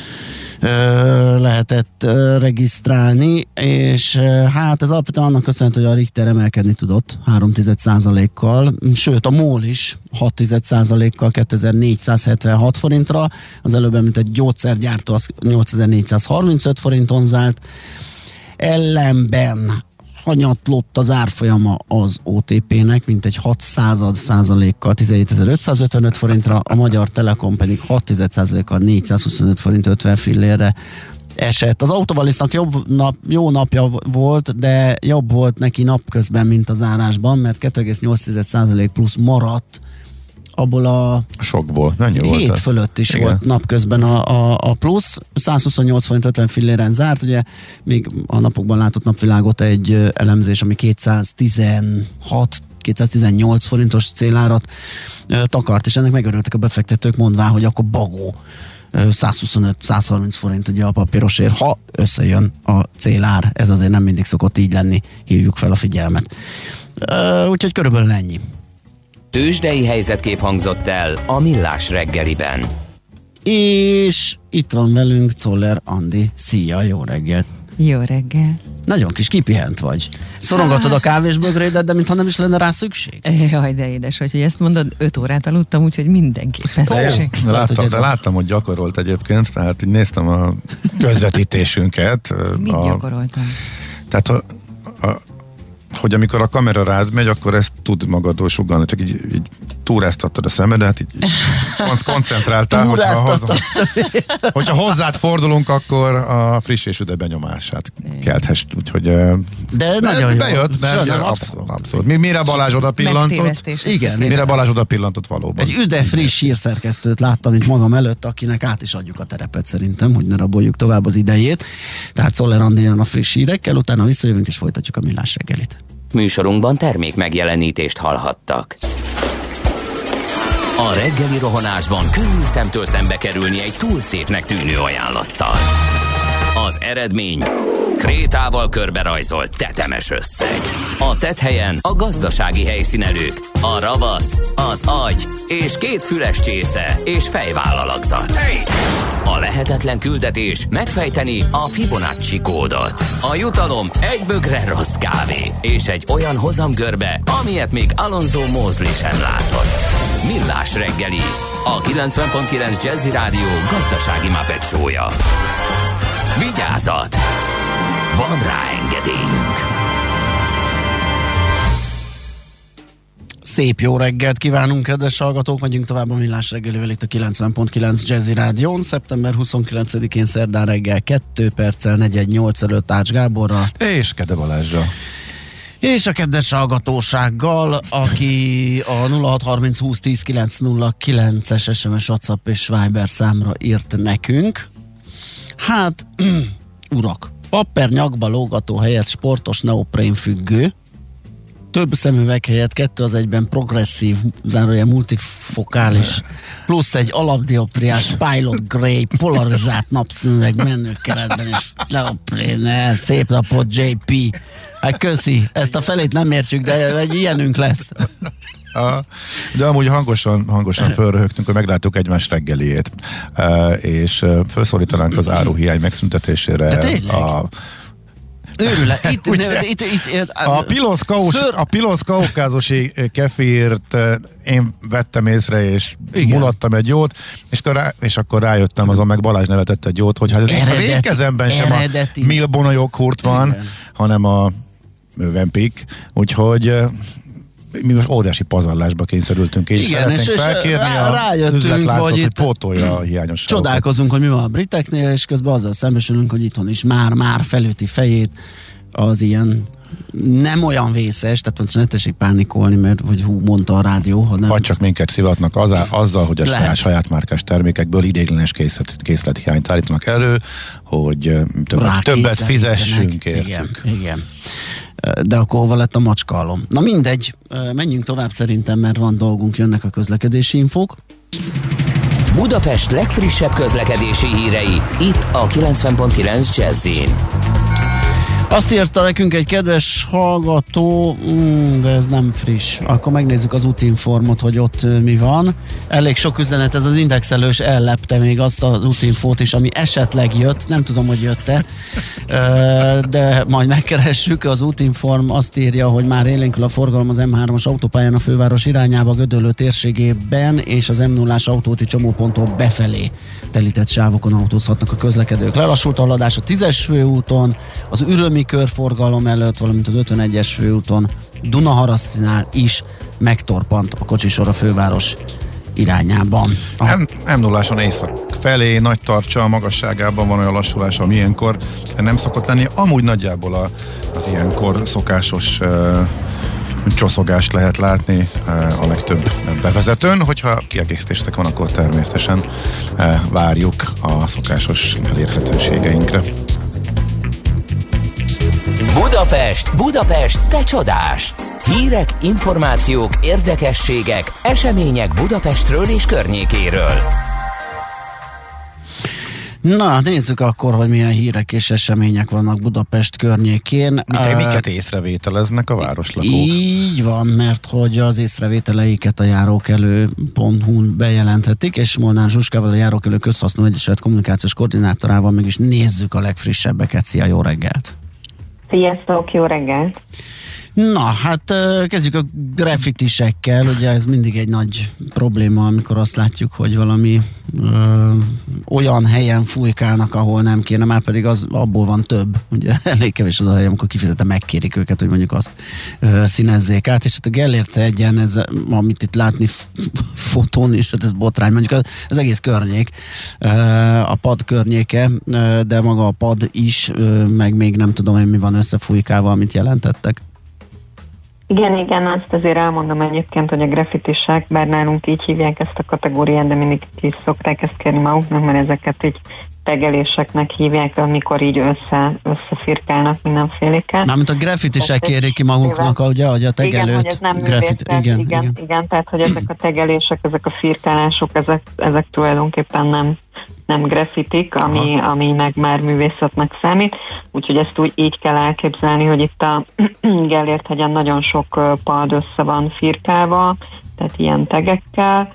lehetett regisztrálni, és hát ez alapvetően annak köszönhető, hogy a Richter emelkedni tudott 3,1%-kal, sőt a MOL is 6,1%-kal 2476 forintra, az előbb említett gyógyszergyártó az 8435 forinton zárt, ellenben hanyatlott az árfolyama az OTP-nek, mint egy 6%-kal 17.555 forintra, a Magyar Telekom pedig 6%-kal 425 forint 50 fillérre esett. Az Autovalisznak jó napja volt, de jobb volt neki napközben, mint az zárásban, mert 2,8% plusz maradt abból a sokból. Mennyi volt? 7 fölött is igen. Volt napközben a plusz. 128 forint 50 filléren zárt, ugye még a napokban látott napvilágot egy elemzés, ami 218 forintos célárat takart, és ennek megörültek a befektetők, mondván, hogy akkor bagó 125-130 forint ugye a papírosért, ha összejön a célár. Ez azért nem mindig szokott így lenni, hívjuk fel a figyelmet. Úgyhogy körülbelül ennyi. Tőzsdei helyzetkép hangzott el a Millás reggeliben. És itt van velünk Czoller Andi. Szia, jó reggelt! Jó reggel! Nagyon kis kipihent vagy. Szorongatod a kávésbögrédet, de mintha nem is lenne rá szükség. Jaj, de édes vagy, hogy ezt mondod, 5 órát aludtam, úgyhogy mindenképpen szükség. Láttam, hogy gyakorolt egyébként, tehát így néztem a közvetítésünket. Mit gyakoroltam? Tehát hogy amikor a kamera rád megy, akkor ezt tud magadról sugallni, csak így túráztattad a szemedet, így koncentráltál, hogyha hozzád fordulunk, akkor a friss és üde benyomását kelthess, úgyhogy de nagyon bejött, mert abszolút. Mire Balázs oda pillantott? Igen. Mire Balázs oda pillantott valóban. Egy üde friss hírszerkesztőt láttam itt magam előtt, akinek át is adjuk a terepet szerintem, hogy ne raboljuk tovább az idejét. Tehát Czoller Andi jön a friss hírekkel, utána visszajövünk és folytatjuk a Millás reggelit. Műsorunkban termék megjelenítést hallhattak. A reggeli rohanásban könnyű szemtől szembe kerülni egy túl szépnek tűnő ajánlattal. Az eredmény krétával körberajzolt tetemes összeg. A tetthelyen a gazdasági helyszínelők, a ravasz, az agy és 2 füles csésze és fejvállalakzat. A lehetetlen küldetés megfejteni a Fibonacci kódot. A jutalom egy bögre rossz kávé és egy olyan hozamgörbe, amilyet még Alonso Mosley sem látott. Millás reggeli, a 90.9 Jazzy Rádió gazdasági Muppet show-ja. Vigyázat! Van rá engedélyünk! Szép jó reggelt kívánunk, kedves hallgatók! Megyünk tovább a Millás reggelivel itt a 90.9 Jazzy Rádión. Szeptember 29-én szerdán reggel 2 perccel 418 előtt Ács Gáborral. És Kede Balázsra. És a kedves hallgatósággal, aki a 0630 20 10 909-es SMS, WhatsApp és Viber számra írt nekünk. Hát, urak, papper nyakba lógató helyett sportos neoprén függő, több szemüveg helyett 2 az 1-ben progresszív, zárójel multifokális, plusz egy alapdioptriás Pilot Grey polarizált napszemüveg menőkeretben és neoprén, szép napot JP. Hát köszi, ezt a felét nem értjük, de egy ilyenünk lesz. De amúgy hangosan fölröhögtünk, hogy megláttuk egymás reggeliét, és felszólítanánk az áruhiány megszüntetésére. Őrület. A Pilosz kaukázusi kefírt én vettem észre, és mulattam egy jót, és akkor rájöttem, azon meg Balázs nevetett egy jót, hogy hát az én kezemben sem a Milbona joghurt van, igen, hanem a Mövenpick, úgyhogy mi most óriási pazarlásba kényszerültünk, így szeretnénk felkérni az üzletláncot, hogy pótolja a hiányosságokat. Csodálkozunk, hogy mi van a briteknél, és közben azzal szembesülünk, hogy itthon is már felüti fejét az ilyen nem olyan vészes, tehát ne tessék pánikolni, mert hogy mondta a rádió, hanem... Vagy csak minket szivatnak azzal, hogy a saját márkás termékekből idéglenes készlethiányt állítanak elő, hogy többet fizessünk értük. Igen. De akkor hova lett a macskalom? Na mindegy, menjünk tovább szerintem, mert van dolgunk, jönnek a közlekedési infók. Budapest legfrissebb közlekedési hírei, itt a 90.9 Jazz-in. Azt írta nekünk egy kedves hallgató, de ez nem friss. Akkor megnézzük az útinformot, hogy ott mi van. Elég sok üzenet, ez az indexelős ellepte még azt az útinfót is, ami esetleg jött, nem tudom, hogy jött-e, de majd megkeressük. Az útinform azt írja, hogy már élénkül a forgalom az M3-as autópályán a főváros irányába Gödöllő térségében, és az M0-ás autóúti csomóponttól befelé telített sávokon autózhatnak a közlekedők. Lelassult a haladás a 10-es főúton, az Ürömi körforgalom előtt, valamint az 51-es főúton Dunaharasztinál is megtorpant a kocsisor a főváros irányában. M0-áson észak felé, nagy tartsa magasságában van olyan lassulás, ami ilyenkor nem szokott lenni. Amúgy nagyjából az ilyenkor szokásos csoszogást lehet látni a legtöbb bevezetőn. Hogyha kiegészítéstek van, akkor természetesen várjuk a szokásos elérhetőségeinkre. Budapest, te csodás! Hírek, információk, érdekességek, események Budapestről és környékéről. Na, nézzük akkor, hogy milyen hírek és események vannak Budapest környékén. Miket észrevételeznek a városlakók? Így van, mert hogy az észrevételeiket a járókelő.hu-n bejelenthetik, és Molnár Zsuskával, a Járókelő Közhasznú Egyesület kommunikációs koordinátorával meg is nézzük a legfrissebbeket. Szia, jó reggelt! Sziasztok, jó reggelt! Na, hát kezdjük a graffitisekkel, ugye ez mindig egy nagy probléma, amikor azt látjuk, hogy valami olyan helyen fújkálnak, ahol nem kéne, már pedig abból van több, ugye elég kevés az a hely, amikor kifejezetten megkérik őket, hogy mondjuk azt színezzék át, és hát a Gellérte egyen, ez, amit itt látni fotón is, hát ez botrány, mondjuk az egész környék, a pad környéke, de maga a pad is, meg még nem tudom, hogy mi van összefújkálva, amit jelentettek. Igen, azt azért elmondom egyébként, hogy a graffitisek, bár nálunk így hívják ezt a kategóriát, de mindig is szokták ezt kérni maguknak, mert ezeket így tegeléseknek hívják, amikor így összefirkálnak mindenfélékkel. Mármint a graffitisek kérik ki maguknak, ugye, hogy a tegelőt. Igen, hogy ez nem művészet, igen, tehát hogy ezek a tegelések, ezek a firkálások, ezek tulajdonképpen nem graffitik, ami meg már művészetnek számít, úgyhogy ezt úgy így kell elképzelni, hogy itt a Gellért-hegyen nagyon sok pad össze van firkálva, tehát ilyen tegekkel,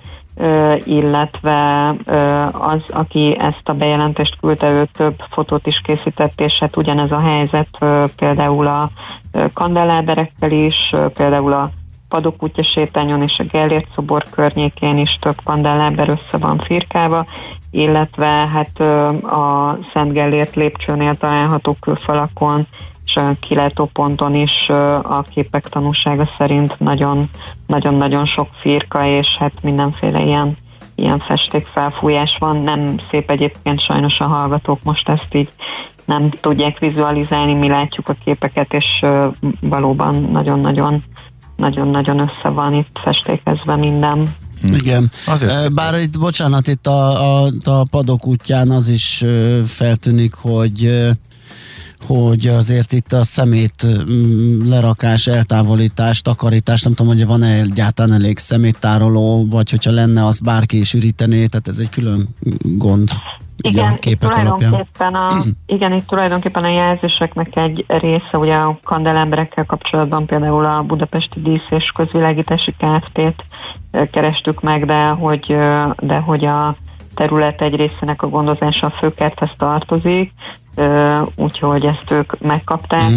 illetve az, aki ezt a bejelentést küldte, ő több fotót is készített, és hát ugyanez a helyzet például a kandeláberekkel is, például a Padok útja sétányon és a Gellért szobor környékén is több kandeláber össze van firkálva, illetve hát a Szent Gellért lépcsőnél található kőfalakon és a kilátóponton is a képek tanúsága szerint nagyon-nagyon sok firka, és hát mindenféle ilyen festékfelfújás van. Nem szép egyébként, sajnos a hallgatók most ezt így nem tudják vizualizálni, mi látjuk a képeket, és valóban nagyon-nagyon össze van itt festékezve minden. Igen. Bár itt, bocsánat, itt a Padok útján az is feltűnik, hogy hogy azért itt a szemét lerakás, eltávolítás, takarítás, nem tudom, hogy van-e egyáltalán elég szeméttároló, vagy hogyha lenne, azt bárki is ürítené, tehát ez egy külön gond. Igen, itt tulajdonképpen a jelzéseknek egy része, ugye a kandeláberekkel kapcsolatban például a Budapesti Dísz és Közvilágítási Kft-t kerestük meg, de hogy a terület egy részének a gondozása a főkerthez tartozik, úgyhogy ezt ők megkapták.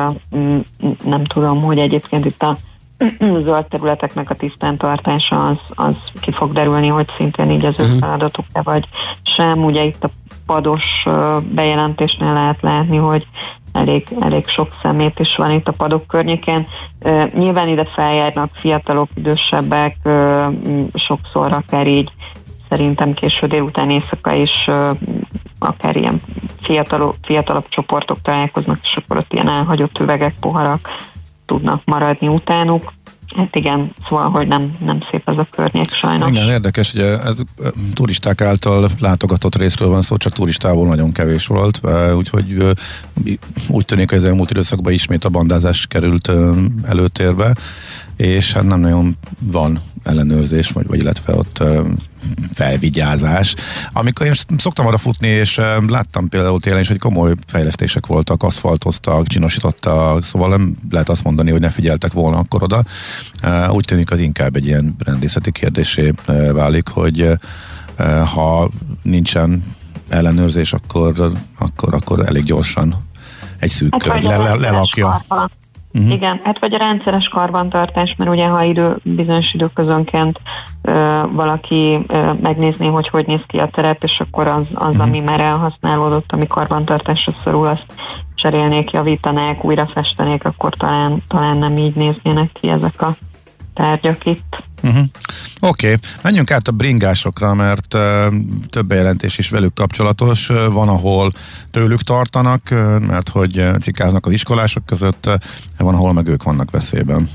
Nem tudom, hogy egyébként itt a zöld területeknek a tisztántartása az ki fog derülni, hogy szintén így az ő feladatuk-e vagy sem. Ugye itt a pados bejelentésnél lehet látni, hogy elég sok szemét is van itt a padok környékén. Nyilván ide feljárnak fiatalok, idősebbek, sokszor akár így szerintem késő délután, éjszaka is akár ilyen fiatalabb csoportok találkoznak, és akkor ott ilyen elhagyott üvegek, poharak tudnak maradni utánuk. Hát igen, szóval, hogy nem szép ez a környék sajnos. Igen, érdekes, hogy ez turisták által látogatott részről van szó, csak turistából nagyon kevés volt, úgyhogy úgy tűnik, hogy az elmúlt időszakban ismét a bandázás került előtérbe, és hát nem nagyon van ellenőrzés, vagy illetve ott felvigyázás. Amikor én szoktam arra futni, és láttam például télen is, hogy komoly fejlesztések voltak, aszfaltoztak, csinosítottak, szóval nem lehet azt mondani, hogy ne figyeltek volna akkor oda. Úgy tűnik, az inkább egy ilyen rendészeti kérdésé válik, hogy ha nincsen ellenőrzés, akkor elég gyorsan egy szűk kör lelakja. Igen, hát vagy a rendszeres karbantartás, mert ugye ha bizonyos időközönként valaki megnézné, hogy néz ki a terep, és akkor az ami már elhasználódott, ami karbantartásra szorul, azt cserélnék, javítanák, újra festenék, akkor talán nem így néznének ki ezek a tárgyak itt. Oké, menjünk át a bringásokra, mert több bejelentés is velük kapcsolatos. Van, ahol tőlük tartanak, mert hogy cikáznak az iskolások között, van, ahol meg ők vannak veszélyben.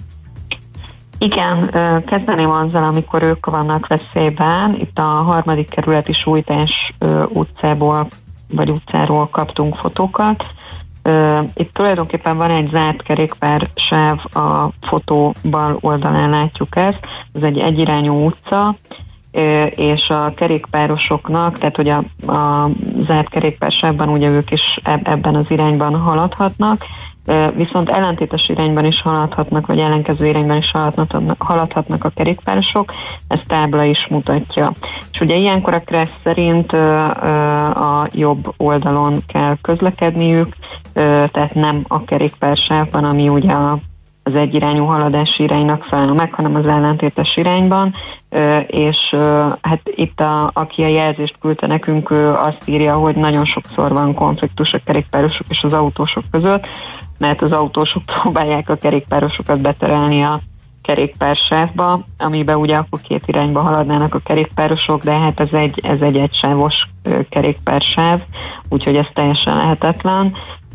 Igen, kezdeném azzal, amikor ők vannak veszélyben. Itt a 3. kerületi Sújtás utcáról kaptunk fotókat. Itt tulajdonképpen van egy zárt kerékpársáv, a fotó bal oldalán látjuk ezt, ez egy egyirányú utca, és a kerékpárosoknak, tehát hogy a zárt kerékpársávban ugye ők is ebben az irányban haladhatnak, viszont ellentétes irányban is haladhatnak, vagy ellenkező irányban is haladhatnak a kerékpárosok, ez tábla is mutatja. És ugye ilyenkor a KRESZ szerint a jobb oldalon kell közlekedniük, tehát nem a kerékpársávban, ami ugye az egyirányú haladási iránynak felel meg, hanem az ellentétes irányban, és hát itt aki a jelzést küldte nekünk, ő azt írja, hogy nagyon sokszor van konfliktus a kerékpárosok és az autósok között, mert az autósok próbálják a kerékpárosokat beterelni a kerékpársávba, amiben ugye akkor két irányba haladnának a kerékpárosok, de hát ez egy egysávos kerékpársáv, úgyhogy ez teljesen lehetetlen.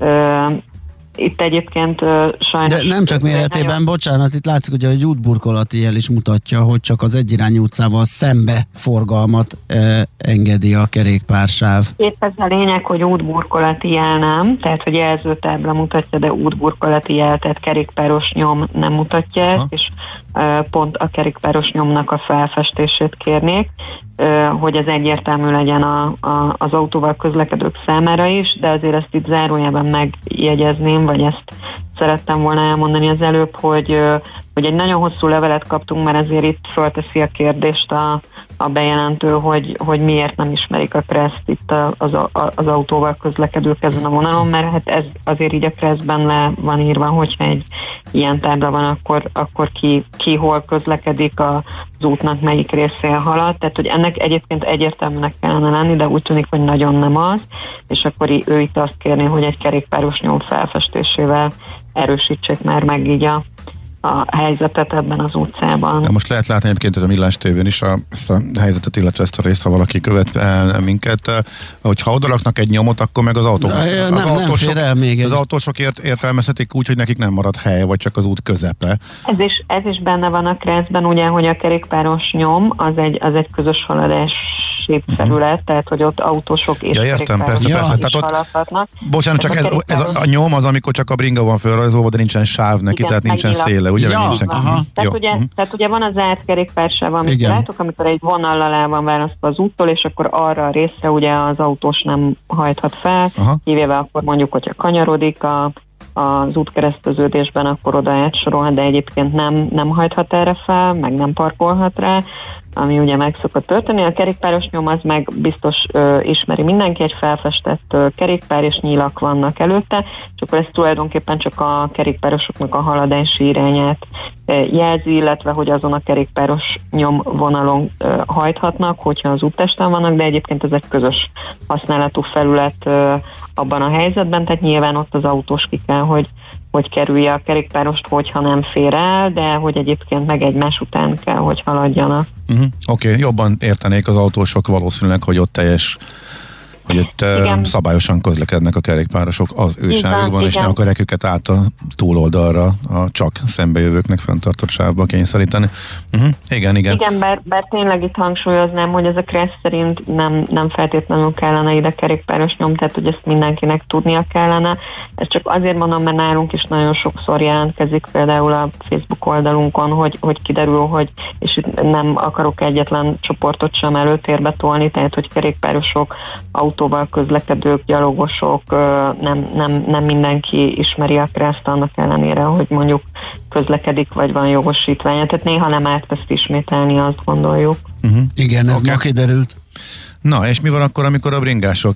Itt egyébként sajnos... De nem csak méretében, bocsánat, itt látszik, hogy a útburkolati jel is mutatja, hogy csak az egyirányú utcával szembe forgalmat engedi a kerékpársáv. Épp ez a lényeg, hogy útburkolati jel nem, tehát hogy jelzőtábla mutatja, de útburkolati jel, tehát kerékpáros nyom nem mutatja ezt, és pont a kerékpáros nyomnak a felfestését kérnék, hogy ez egyértelmű legyen az autóval közlekedők számára is, de azért ezt itt zárójában megjegyezném, vagy ezt szerettem volna elmondani az előbb, hogy egy nagyon hosszú levelet kaptunk, mert ezért itt fölteszi a kérdést a bejelentő, hogy miért nem ismerik a KRESZ-t itt az autóval közlekedők ezen a vonalon, mert hát ez azért így a KRESZ-ben le van írva, hogyha egy ilyen tábla van, akkor ki hol közlekedik, az útnak melyik részén halad, tehát hogy ennek egyébként egyértelműnek kellene lenni, de úgy tűnik, hogy nagyon nem az, és akkor ő itt azt kérné, hogy egy kerékpáros nyom felfestésével erősítsék már meg így a helyzetet ebben az utcában. Ja, most lehet látni egyébként a Millás tévén is ezt a helyzetet, illetve ezt a részt, ha valaki követ minket. Hogyha odaraknak egy nyomot, akkor meg az autók. Az autósok értelmezhetik úgy, hogy nekik nem marad hely, vagy csak az út közepe. Ez is benne van a KRESZ-ben, ugye, hogy a kerékpáros nyom az egy közös haladási szép felület, tehát hogy ott autósok és kerékpárosok is haladhatnak. Bocsánat, csak ez a nyom az, amikor csak a bringa van fölrajzolva, de nincsen sáv neki, igen, tehát nincsen széle, ugye? Tehát ugye van az zárt kerékpársáv, amit látok, amikor egy vonallal el van választva az úttól, és akkor arra a részre ugye az autós nem hajthat fel, kivéve akkor mondjuk, hogyha kanyarodik az útkereszteződésben, akkor oda átsorolhat, de egyébként nem hajthat erre fel, meg nem parkolhat rá, ami ugye meg szokott történni. A kerékpáros nyom az meg biztos ismeri mindenki, egy felfestett kerékpár és nyílak vannak előtte, és akkor ez tulajdonképpen csak a kerékpárosoknak a haladási irányát jelzi, illetve hogy azon a kerékpáros nyomvonalon hajthatnak, hogyha az úttesten vannak, de egyébként ez egy közös használatú felület abban a helyzetben, tehát nyilván ott az autós ki kell, hogy kerülje a kerékpárost, hogyha nem fér el, de hogy egyébként meg egymás után kell, hogy haladjanak. Oké, jobban értenék az autósok valószínűleg, hogy ott hogy ott szabályosan közlekednek a kerékpárosok az ő sávukban, és ne akarják őket át a túloldalra a csak szembejövőknek fenntartott sávba kényszeríteni. Igen. Igen, bár tényleg itt hangsúlyoznám, hogy ez a Kressz szerint nem feltétlenül kellene ide kerékpáros nyom, tehát hogy ezt mindenkinek tudnia kellene. Ez csak azért mondom, mert nálunk is nagyon sokszor jelentkezik, például a Facebook oldalunkon, hogy kiderül, és itt nem akarok egyetlen csoportot sem előtérbe tolni, tehát hogy kerékpárosok, autóval közlekedők, gyalogosok, nem mindenki ismeri a Kreszt, annak ellenére, hogy mondjuk közlekedik, vagy van jogosítványa. Tehát néha nem árt ezt ismételni, azt gondoljuk. Igen, ez ma kiderült. Na, és mi van akkor, amikor a bringások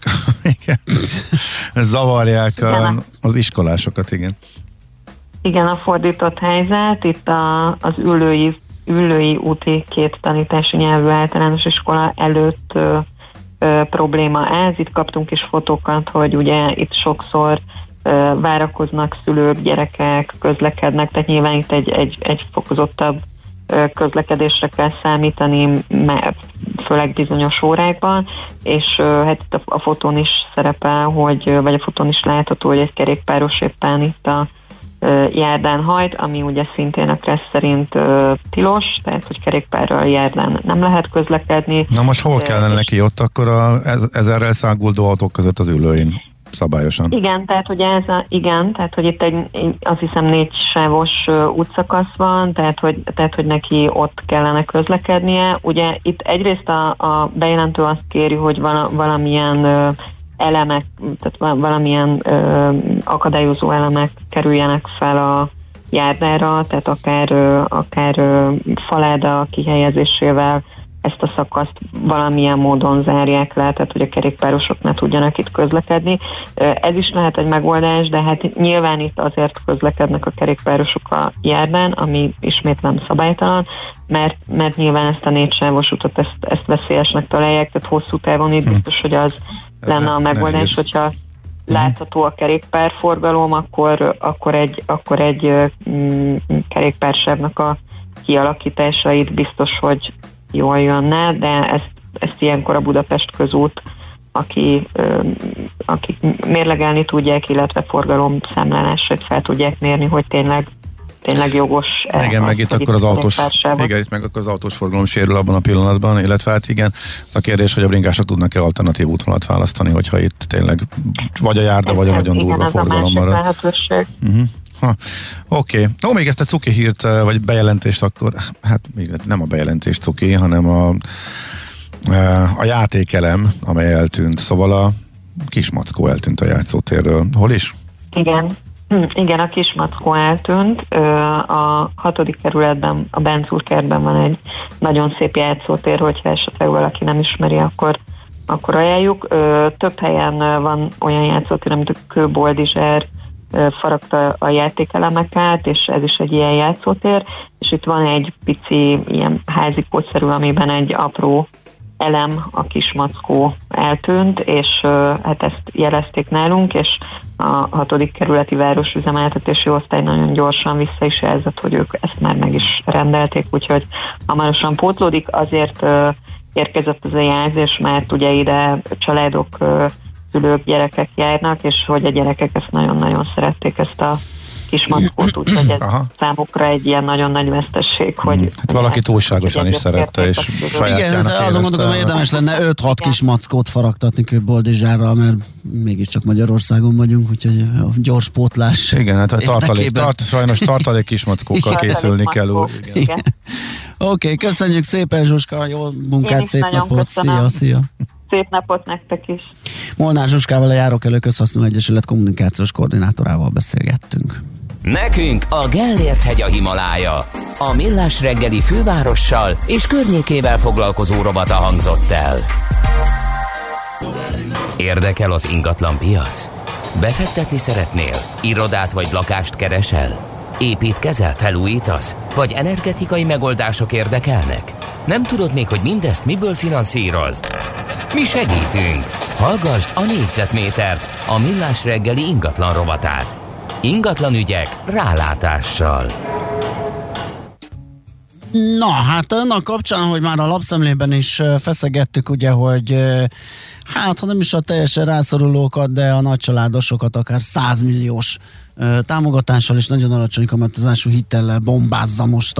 zavarják az iskolásokat, igen? Igen, a fordított helyzet, itt az Üllői úti 2 tanítási nyelvű általános iskola előtt probléma ez. Itt kaptunk is fotókat, hogy ugye itt sokszor várakoznak szülők, gyerekek, közlekednek, tehát nyilván itt egy fokozottabb közlekedésre kell számítani, főleg bizonyos órákban, és hát itt a fotón is szerepel, vagy a fotón is látható, hogy egy kerékpáros éppen itt a járdán hajt, ami ugye szintén a Kressz szerint tilos, tehát hogy kerékpárral járdán nem lehet közlekedni. Na most hol kellene neki ott akkor ezerrel száguldó autók között az Üllőin szabályosan? Igen, tehát hogy itt azt hiszem 4 sávos útszakasz van, tehát hogy neki ott kellene közlekednie. Ugye itt egyrészt a bejelentő azt kéri, hogy valamilyen elemek, tehát valamilyen akadályozó elemek kerüljenek fel a járdára, tehát akár faláda kihelyezésével ezt a szakaszt valamilyen módon zárják le, tehát hogy a kerékpárosok ne tudjanak itt közlekedni. Ez is lehet egy megoldás, de hát nyilván itt azért közlekednek a kerékpárosok a járdán, ami ismét nem szabálytalan, mert nyilván ezt a 4 sávos utat ezt veszélyesnek találják, tehát hosszú távon itt biztos, hogy az lenne a megoldás, hogyha látható a kerékpárforgalom, akkor egy kerékpársávnak a kialakításait biztos, hogy jól jönne, de ezt ilyenkor a Budapest közút, akik mérlegelni tudják, illetve forgalomszámlálását fel tudják mérni, hogy tényleg jogos. Igen, meg itt akkor az autós forgalom sérül abban a pillanatban, illetve hát igen, az a kérdés, hogy a bringások tudnak-e alternatív útvonalat választani, hogyha itt tényleg vagy a járda, vagy a nagyon durva forgalom marad. Oké. Még ezt a cuki hírt, vagy bejelentést akkor, hát nem a bejelentés cuki, hanem a játékelem, amely eltűnt, szóval a kismackó eltűnt a játszótérről. Hol is? Igen, a kismackó eltűnt. A 6. kerületben, a Bencúrkertben van egy nagyon szép játszótér, hogyha esetleg valaki nem ismeri, akkor ajánljuk. Több helyen van olyan játszótér, amit a Kőboldizsár faragta a játékelemeket, és ez is egy ilyen játszótér, és itt van egy pici ilyen házikószerű, amiben egy apró elem, a kismackó eltűnt, és hát ezt jelezték nálunk, és a 6. kerületi városüzemeltetési osztály nagyon gyorsan vissza is jelzett, hogy ők ezt már meg is rendelték, úgyhogy hamarosan pótlódik, azért érkezett ez a jelzés, mert ugye ide családok, szülők, gyerekek járnak, és hogy a gyerekek ezt nagyon-nagyon szerették, ezt a kismackót, úgyhogy ez számukra egy ilyen nagyon nagy vesztesség, hogy... Hát valaki túlságosan is szerette, és sajátjának érezte. Azon gondolom, hogy érdemes lenne 5-6 kis mackót faragtatni Kőboldizsárral, mert mégiscsak Magyarországon vagyunk, úgyhogy a gyors pótlás. Igen, hát sajnos tartalék kismackókkal készülni kell úgy. Oké, köszönjük szépen, Zsuska, jó munkát, szép napot, szia! Szép napot nektek is! Molnár Zsuskával, a Járókelő Közhasznú Egyesület kommunikációs koordinátorával beszélgettünk. Nekünk a Gellért-hegy a Himalája. A Millás reggeli fővárossal és környékével foglalkozó rovata hangzott el. Érdekel az ingatlan piac? Befektetni szeretnél? Irodát vagy lakást keresel? Építkezel, felújítasz? Vagy energetikai megoldások érdekelnek? Nem tudod még, hogy mindezt miből finanszírozd? Mi segítünk! Hallgasd a Négyzetmétert, a Millás reggeli ingatlan rovatát. Ingatlan ügyek rálátással. Na, hát annak kapcsán, hogy már a lapszemlében is feszegettük, ugye, hogy hát, ha nem is a teljesen rászorulókat, de a nagycsaládosokat akár 100 milliós támogatással és nagyon alacsony kamatozású hitellel bombázza most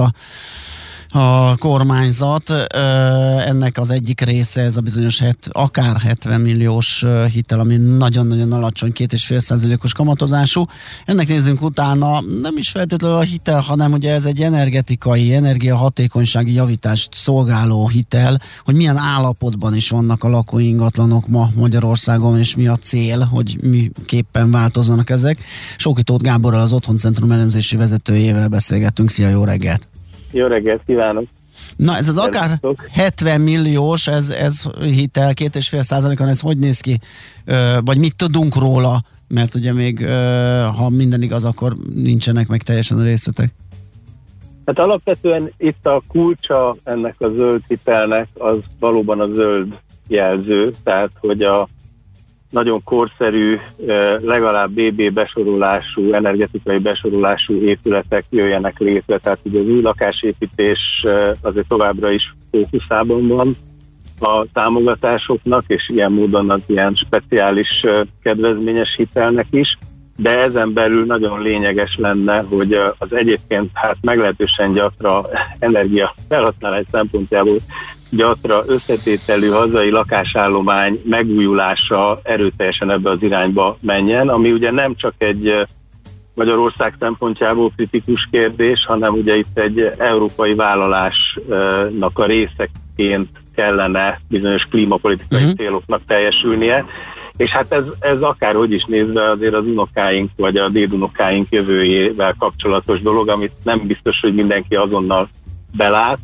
a kormányzat. Ennek az egyik része ez a bizonyos akár 70 milliós hitel, ami nagyon-nagyon alacsony, 2,5%-os kamatozású. Ennek nézzünk utána, nem is feltétlenül a hitel, hanem ugye ez egy energiahatékonysági javítást szolgáló hitel, hogy milyen állapotban is vannak a lakóingatlanok ma Magyarországon, és mi a cél, hogy miképpen változzanak ezek. Sóki Tóth Gáborral, az Otthoncentrum elemzési vezetőjével beszélgettünk. Szia, jó reggelt! Jó reggelt kívánok! Na, ez az akár 70 milliós, ez hitel 2,5%-on, ez hogy néz ki? Vagy mit tudunk róla? Mert ugye még, ha minden igaz, akkor nincsenek meg teljesen a részletek. Hát alapvetően itt a kulcsa ennek a zöld hitelnek az valóban a zöld jelző, tehát hogy a nagyon korszerű, legalább BB besorolású, energetikai besorolású épületek jöjjenek létre, tehát ugye az új lakásépítés azért továbbra is fókuszában van a támogatásoknak, és ilyen módon az ilyen speciális kedvezményes hitelnek is, de ezen belül nagyon lényeges lenne, hogy az egyébként hát meglehetősen gyatra energia felhasználás szempontjából gyatra összetételű hazai lakásállomány megújulása erőteljesen ebbe az irányba menjen, ami ugye nem csak egy Magyarország szempontjából kritikus kérdés, hanem ugye itt egy európai vállalásnak a részeként kellene bizonyos klímapolitikai céloknak teljesülnie, és hát ez akárhogy is nézve azért az unokáink vagy a dédunokáink jövőjével kapcsolatos dolog, amit nem biztos, hogy mindenki azonnal belát.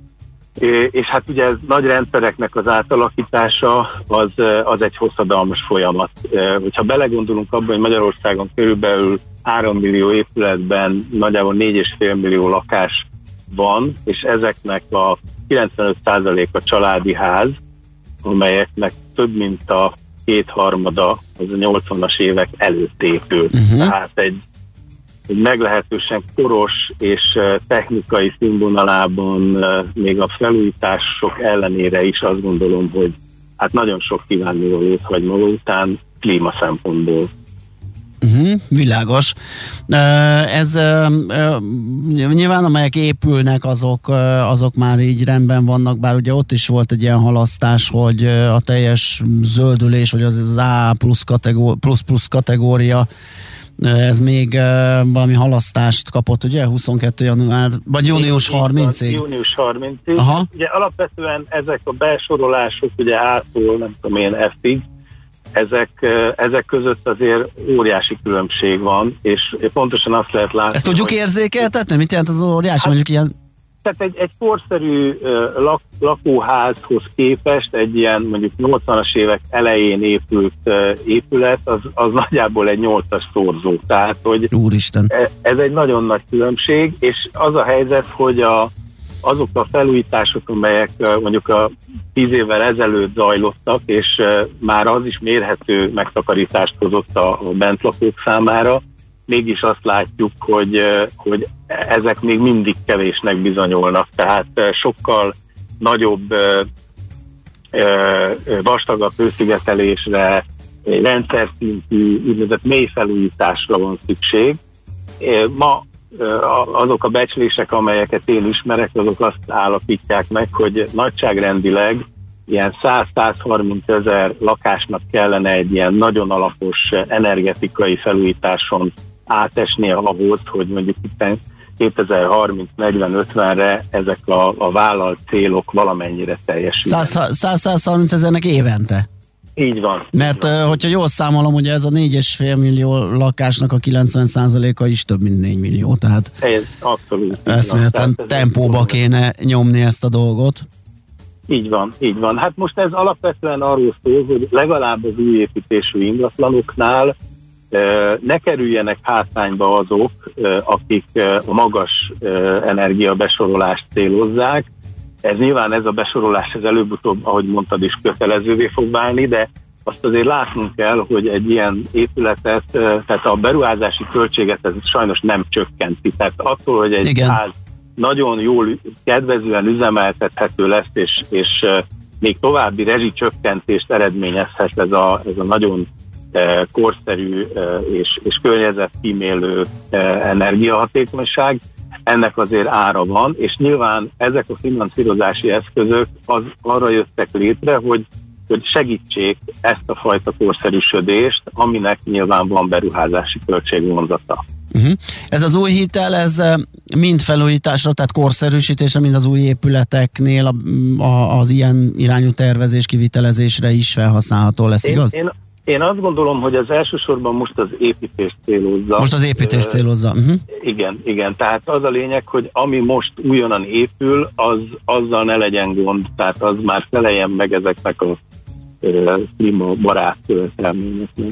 És hát ugye ez nagy rendszereknek az átalakítása az egy hosszadalmas folyamat. Hogyha belegondolunk abban, hogy Magyarországon körülbelül 3 millió épületben nagyjából 4,5 millió lakás van, és ezeknek a 95%-a családi ház, amelyeknek több mint a 2/3 az a 80-as évek előtt épült. Tehát egy meglehetősen koros és technikai színvonalában még a felújítások ellenére is azt gondolom, hogy hát nagyon sok kívánnivalót hagy maga után klíma szempontból. Világos. Ez nyilván amelyek épülnek, azok már így rendben vannak, bár ugye ott is volt egy ilyen halasztás, hogy a teljes zöldülés, vagy az A plusz kategória, ez még valami halasztást kapott, ugye? 22. január, vagy június 30-ig? Június 30-ig. Ugye alapvetően ezek a besorolások, ugye A-tól, nem tudom én, F-ig, ezek között azért óriási különbség van, és pontosan azt lehet látni. Ezt tudjuk érzékeltetni? Mit jelent az óriási? Hát, mondjuk ilyen... Tehát egy korszerű lakóházhoz képest egy ilyen mondjuk 80-as évek elején épült épület, az nagyjából egy 8-as szorzó. Tehát, hogy Úristen. Ez egy nagyon nagy különbség, és az a helyzet, hogy azok a felújítások, amelyek mondjuk a 10 évvel ezelőtt zajlottak, és már az is mérhető megtakarítást hozott a bentlakók számára, mégis azt látjuk, hogy ezek még mindig kevésnek bizonyulnak. Tehát sokkal nagyobb, vastagabb hőszigetelésre, rendszer szintű, úgynevezett mély felújításra van szükség. Ma azok a becslések, amelyeket én ismerek, azok azt állapítják meg, hogy nagyságrendileg ilyen 100-130 ezer lakásnak kellene egy ilyen nagyon alapos energetikai felújításon átesnie ahhoz, hogy mondjuk itt 2030-40-50-re ezek a vállalt célok valamennyire teljesülnek. 100-130 ezernek évente? Így van. Mert hogyha jól számolom, ugye ez a 4,5 millió lakásnak a 90%-a is több mint 4 millió, tehát ez abszolút. eszméletlen tempóba kéne nyomni ezt a dolgot. Így van, így van. Hát most ez alapvetően arról szól, hogy legalább az új építésű ingatlanoknál ne kerüljenek hátrányba azok, akik a magas energiabesorolást célozzák. Nyilván ez a besorolás ez előbb-utóbb, ahogy mondtad is, kötelezővé fog válni, de azt azért látnunk kell, hogy egy ilyen épületet, tehát a beruházási költséget ez sajnos nem csökkenti. Tehát attól, hogy egy ház nagyon jól, kedvezően üzemeltethető lesz, és még további rezsicsökkentést eredményezhet ez a nagyon korszerű és környezetkímélő energiahatékonyság, ennek azért ára van, és nyilván ezek a finanszírozási eszközök arra jöttek létre, hogy segítsék ezt a fajta korszerűsödést, aminek nyilván van beruházási költségvonzata. Ez az új hitel, ez mind felújításra, tehát korszerűsítésre, mind az új épületeknél az ilyen irányú tervezés, kivitelezésre is felhasználható lesz, igaz? Én azt gondolom, hogy az elsősorban most az építést célozza. Most az építést célozza. Igen. Tehát az a lényeg, hogy ami most újonnan épül, azzal ne legyen gond, tehát az már feleljen meg ezeknek a klímabarát követelményeknek.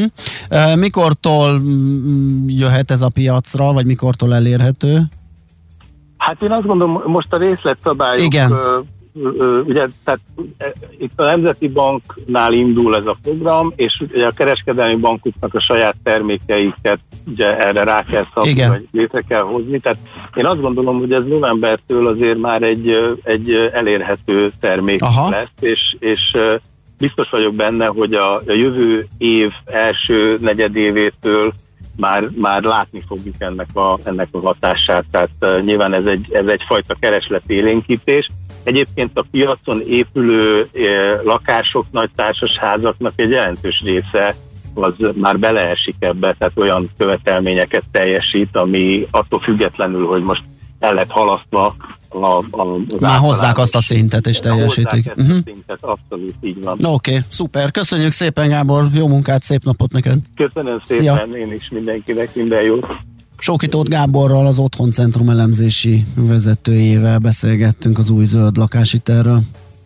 Mikortól jöhet ez a piacra, vagy mikortól elérhető? Hát én azt gondolom, most a részletszabályok... Igen. Ugye, tehát itt a Nemzeti Banknál indul ez a program, és ugye a kereskedelmi bankoknak a saját termékeiket ugye erre rá kell szabni, vagy létre kell hozni. Tehát én azt gondolom, hogy ez novembertől azért már egy elérhető termék lesz, és biztos vagyok benne, hogy a jövő év első negyedévétől már látni fogjuk ennek a hatását. Tehát nyilván ez egyfajta keresletélénkítés. Egyébként a piacon épülő lakások, nagy társasházaknak egy jelentős része az már beleesik ebbe, tehát olyan követelményeket teljesít, ami attól függetlenül, hogy most el lett halasztva már hozzák azt a szintet és teljesítik. Hozzák ezt a szintet, abszolút így van. Oké, szuper. Köszönjük szépen, Gábor, jó munkát, szép napot neked. Köszönöm szépen, én is mindenkinek minden jót. Sóki Tóth Gáborral, az Otthoncentrum elemzési vezetőjével beszélgettünk az új zöld lakáshitelről.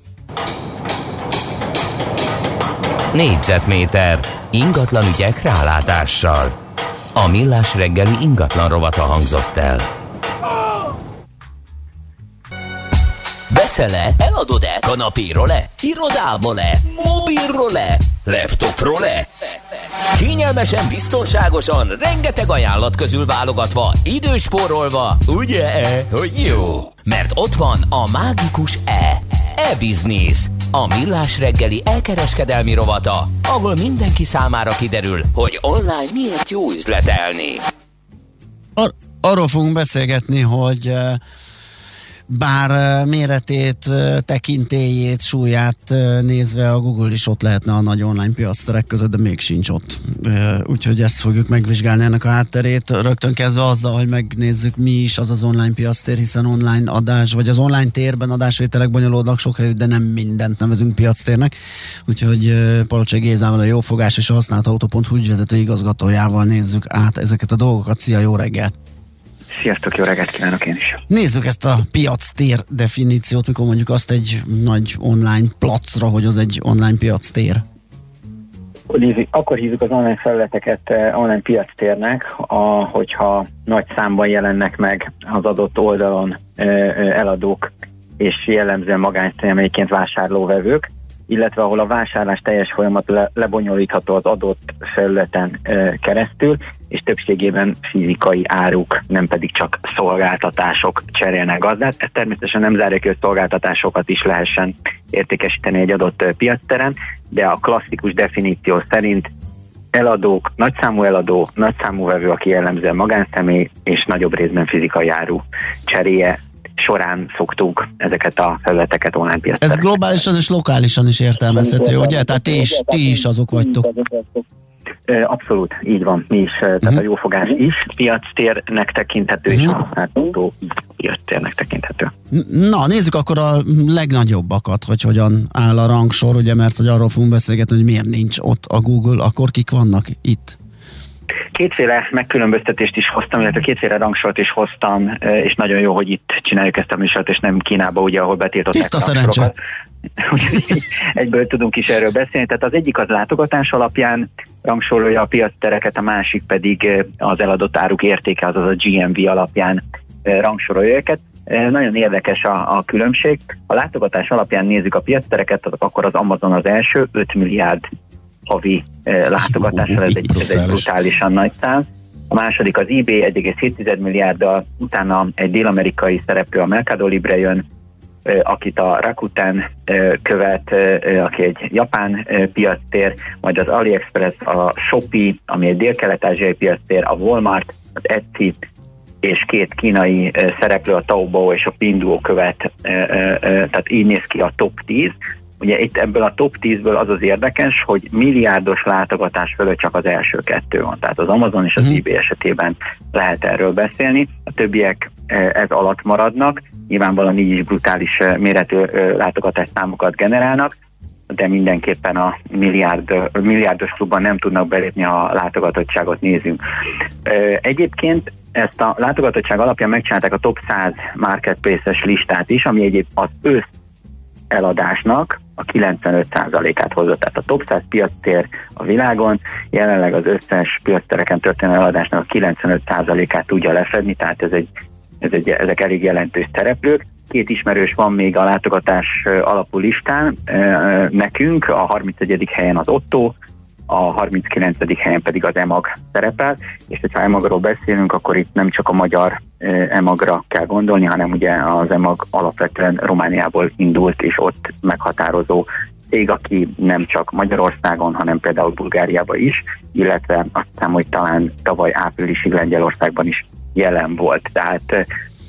Négyzetméter ingatlan ügyek rálátással. A Millás reggeli ingatlan rovata hangzott el. Veszel-e? Eladod-e? Kanapéról-e? Irodából-e? Mobilról-e? Laptopról-e? Kényelmesen, biztonságosan, rengeteg ajánlat közül válogatva, időspórolva, ugye, hogy jó? Mert ott van a mágikus e-business, a Millás reggeli elkereskedelmi rovata, ahol mindenki számára kiderül, hogy online miért jó üzletelni. Arról fogunk beszélgetni, hogy bár méretét, tekintélyét, súlyát nézve a Google is ott lehetne a nagy online piacterek között, de még sincs ott. Úgyhogy ezt fogjuk megvizsgálni ennek a hátterét. Rögtön kezdve azzal, hogy megnézzük, mi is az online piactér, hiszen online adás, vagy az online térben adásvételek bonyolódnak sok helyütt, de nem mindent nevezünk piactérnek. Úgyhogy Palocsai Gézával, a Jófogás és a használtautó.hu ügyvezető igazgatójával nézzük át ezeket a dolgokat. Szia, jó reggelt! Sziasztok, jó reggelt kívánok én is! Nézzük ezt a piactér definíciót, mikor mondjuk azt egy nagy online placra, hogy az egy online piactér. Akkor hívjuk az online felületeket online piactérnek, hogyha nagy számban jelennek meg az adott oldalon eladók és jellemzően magánszemélyként vásárlóvevők, illetve ahol a vásárlás teljes folyamat lebonyolítható az adott felületen keresztül, és többségében fizikai áruk, nem pedig csak szolgáltatások cserélnek gazdát. Ez természetesen nem zárja ki, hogy szolgáltatásokat is lehessen értékesíteni egy adott piacteren, de a klasszikus definíció szerint eladók, nagyszámú eladó, nagyszámú vevő, aki jellemzően magánszemély, és nagyobb részben fizikai áru cseréje során szoktuk ezeket a felületeket online piacra. Ez globálisan és lokálisan is értelmezhető, ugye? Tehát ti is azok vagytok. Abszolút, így van, mi is, tehát a jófogás is piactérnek tekinthető, és a használható piactérnek tekinthető. Na, nézzük akkor a legnagyobbakat, hogy hogyan áll a rangsor, ugye, mert hogy arról fogunk beszélgetni, hogy miért nincs ott a Google, akkor kik vannak itt? Kétféle megkülönböztetést is hoztam, illetve kétféle rangsort is hoztam, és nagyon jó, hogy itt csináljuk ezt a műsort, és nem Kínába, ugye, ahol betiltották tiszta a rangsorokat. Úgyhogy egyből tudunk is erről beszélni. Tehát az egyik az látogatás alapján rangsorolja a piactereket, a másik pedig az eladott áruk értéke, azaz a GMV alapján rangsorolja őket. Nagyon érdekes a különbség. Ha látogatás alapján nézzük a piactereket, akkor az Amazon az első, 5 milliárd havi látogatással, ez egy brutálisan nagy szám. A második az eBay 1,7 milliárddal, utána egy dél-amerikai szereplő, a Mercado Libre jön, akit a Rakuten követ, aki egy japán piactér, majd az AliExpress, a Shopee, ami egy dél-kelet-ázsiai piactér, a Walmart, az Etsy, és 2 kínai szereplő, a Taobao és a Pinduo követ, tehát így néz ki a top 10. Ugye itt ebből a top 10-ből az az érdekes, hogy milliárdos látogatás fölött csak az első 2 van. Tehát az Amazon és az eBay esetében lehet erről beszélni. A többiek ez alatt maradnak. Nyilvánvalóan így is brutális méretű látogatás számokat generálnak, de mindenképpen a milliárdos klubban nem tudnak belépni, ha látogatottságot nézünk. Egyébként ezt a látogatottság alapján megcsinálták a top 100 marketplace-es listát is, ami egyébként az eladásnak a 95%-át hozza. Tehát a top 100 piactér a világon jelenleg az összes piactereken történő eladásnak a 95%-át tudja lefedni, tehát ezek elég jelentős szereplők. 2 ismerős van még a látogatás alapú listán nekünk, a 31. helyen az Otto, a 39. helyen pedig az EMAG szerepel, és ha EMAG-ról beszélünk, akkor itt nem csak a magyar EMAG-ra kell gondolni, hanem ugye az EMAG alapvetően Romániából indult, és ott meghatározó cég, aki nem csak Magyarországon, hanem például Bulgáriában is, illetve azt hiszem, hogy talán tavaly áprilisig Lengyelországban is jelen volt. Tehát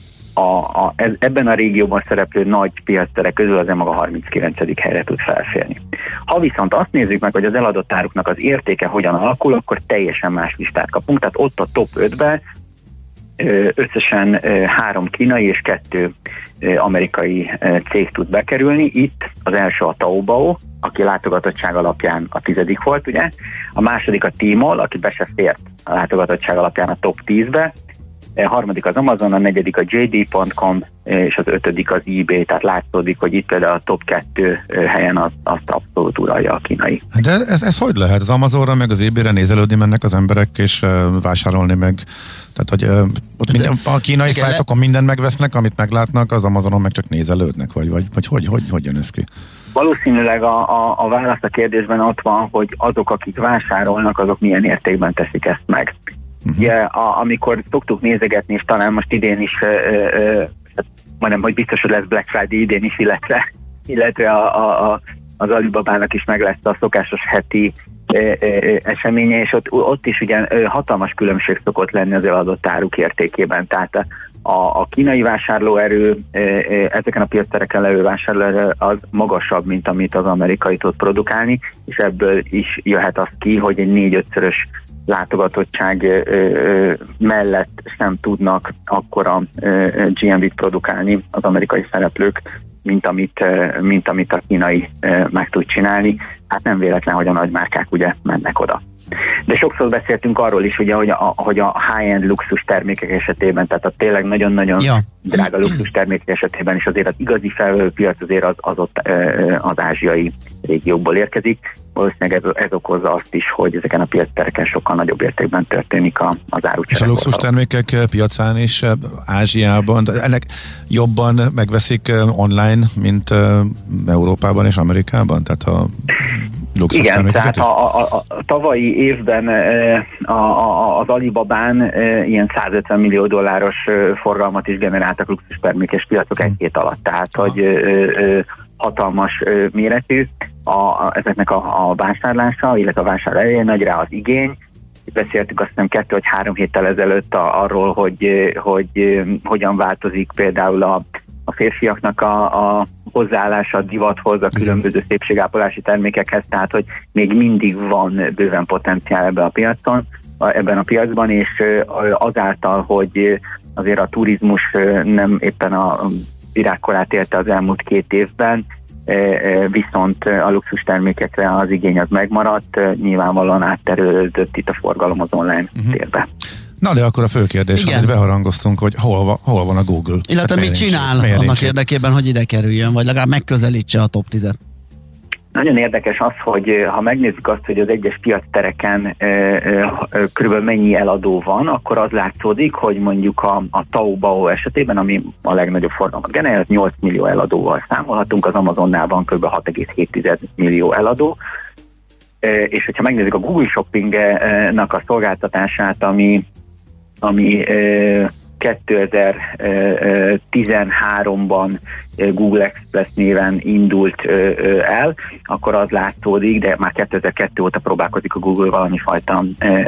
ebben a régióban szereplő nagy piacterek közül az EMAG a 39. helyre tud felférni. Ha viszont azt nézzük meg, hogy az eladott áruknak az értéke hogyan alakul, akkor teljesen más listát kapunk. Tehát ott a top 5-ben összesen 3 kínai és 2 amerikai cég tud bekerülni. Itt az első a Taobao, aki látogatottság alapján a 10. volt, ugye? A második a Tmall, aki be se fért a látogatottság alapján a top 10-be. A harmadik az Amazon, a negyedik a JD.com, és az 5. az eBay, tehát látszódik, hogy itt például a top 2 helyen azt abszolút uralja a kínai. De ez hogy lehet? Az Amazonra meg az eBay-re nézelődni mennek az emberek, és vásárolni meg, tehát hogy ott a kínai szájtokon mindent megvesznek, amit meglátnak, az Amazonon meg csak nézelődnek, vagy hogy jön ez ki? Valószínűleg a válasz a kérdésben ott van, hogy azok, akik vásárolnak, azok milyen értékben teszik ezt meg. Ugye, amikor szoktuk nézegetni, és talán most idén is, majdnem, hogy biztos, hogy lesz Black Friday idén is, illetve az Alibabának is meg lesz a szokásos heti eseménye, és ott is ugye hatalmas különbség szokott lenni az eladott áruk értékében. Tehát a kínai vásárlóerő, ezeken a piactereken levő vásárlóerő az magasabb, mint amit az amerikai tud produkálni, és ebből is jöhet az ki, hogy egy 4-5-szörös látogatottság mellett sem tudnak akkora GMV-t produkálni az amerikai szereplők, mint amit a kínai meg tud csinálni. Hát nem véletlen, hogy a nagymárkák ugye mennek oda. De sokszor beszéltünk arról is, ugye, hogy a high-end luxus termékek esetében, tehát a tényleg nagyon-nagyon drága luxus termékek esetében is azért az igazi felvevőpiac azért az ott az ázsiai régiókból érkezik. Valószínűleg ez okozza azt is, hogy ezeken a piactereken sokkal nagyobb értékben történik az árucsere. És a luxus termékek piacán is Ázsiában, ennek jobban megveszik online, mint Európában és Amerikában? Tehát a luxus igen, tehát a tavalyi évben az Alibabán ilyen 150 millió dolláros forgalmat is generáltak luxus termékes piacok 1 hét alatt, tehát hogy hatalmas méretű. ezeknek a vásárlása, illetve a vásár elején nagy rá az igény. Beszéltük azt hiszem 2 vagy 3 héttel ezelőtt arról, hogy hogyan változik például a férfiaknak a hozzáállása a divathoz, a különböző szépségápolási termékekhez, tehát hogy még mindig van bőven potenciál ebben a piacban, és azáltal, hogy azért a turizmus nem éppen a virágkorát élte az elmúlt 2 évben, viszont a luxus termékekre az igény az megmaradt, nyilvánvalóan átterülődött itt a forgalom az online térbe. Na de akkor a fő kérdés, amit beharangoztunk, hogy hol van a Google. Illetve mit csinál annak érdekében, hogy ide kerüljön, vagy legalább megközelítse a top 10-et. Nagyon érdekes az, hogy ha megnézzük azt, hogy az egyes piactereken körülbelül mennyi eladó van, akkor az látszódik, hogy mondjuk a Taobao esetében, ami a legnagyobb forgalmat generál, 8 millió eladóval számolhatunk, az Amazonnál van kb. 6,7 millió eladó, és hogyha megnézzük a Google Shoppingnak a szolgáltatását, ami 2013-ban Google Express néven indult el, akkor az látszódik, de már 2002 óta próbálkozik a Google valami fajta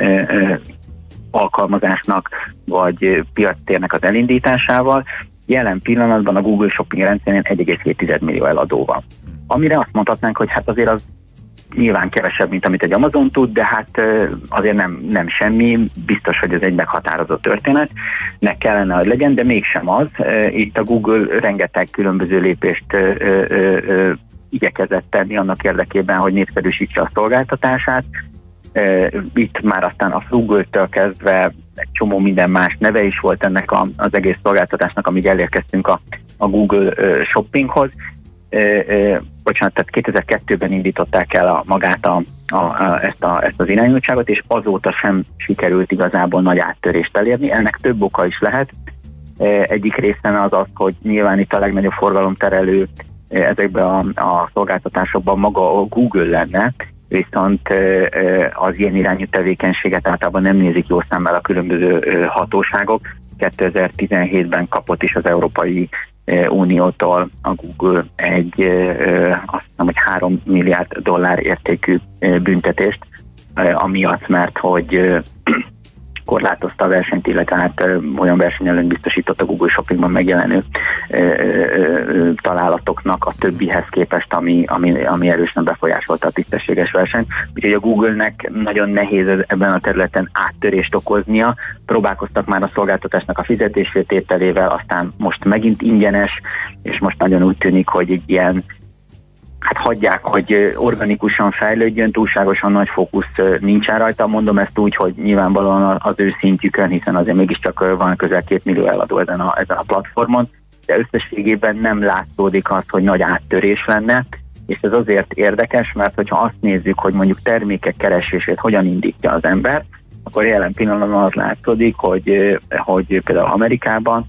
alkalmazásnak, vagy piactérnek az elindításával. Jelen pillanatban a Google Shopping rendszerén 1,7 millió eladó van. Amire azt mondhatnánk, hogy hát azért az nyilván kevesebb, mint amit egy Amazon tud, de hát azért nem semmi, biztos, hogy ez egy meghatározó történetnek kellene, hogy legyen, de mégsem az. Itt a Google rengeteg különböző lépést igyekezett tenni annak érdekében, hogy népszerűsítse a szolgáltatását. Itt már aztán a Google-től kezdve egy csomó minden más neve is volt ennek az egész szolgáltatásnak, amíg elérkeztünk a Google Shoppinghoz. Tehát 2002-ben indították el magát ezt az irányultságot, és azóta sem sikerült igazából nagy áttörést elérni. Ennek több oka is lehet. Egyik részen az, hogy nyilván itt a legnagyobb forgalomterelő ezekben a szolgáltatásokban maga a Google lenne, viszont az ilyen irányú tevékenységet általában nem nézik jó szemmel a különböző hatóságok. 2017-ben kapott is az Európai Uniótól a Google azt hiszem, hogy $3 milliárd értékű büntetést, amiatt, mert hogy korlátozta a versenyt, illetve hát olyan versenyelőnyt biztosított a Google Shoppingban megjelenő találatoknak a többihez képest, ami erősen befolyásolta a tisztességes versenyt. Úgyhogy a Google-nek nagyon nehéz ebben a területen áttörést okoznia. Próbálkoztak már a szolgáltatásnak a fizetésvétételével, aztán most megint ingyenes, és most nagyon úgy tűnik, hogy egy ilyen hagyják, hogy organikusan fejlődjön, túlságosan nagy fókusz nincsen rajta. Mondom ezt úgy, hogy nyilvánvalóan az ő szintjükön, hiszen azért mégiscsak van közel 2 millió eladó ezen a platformon, de összességében nem látszódik az, hogy nagy áttörés lenne, és ez azért érdekes, mert hogyha azt nézzük, hogy mondjuk termékek keresését hogyan indítja az ember, akkor jelen pillanatban az látszódik, hogy például Amerikában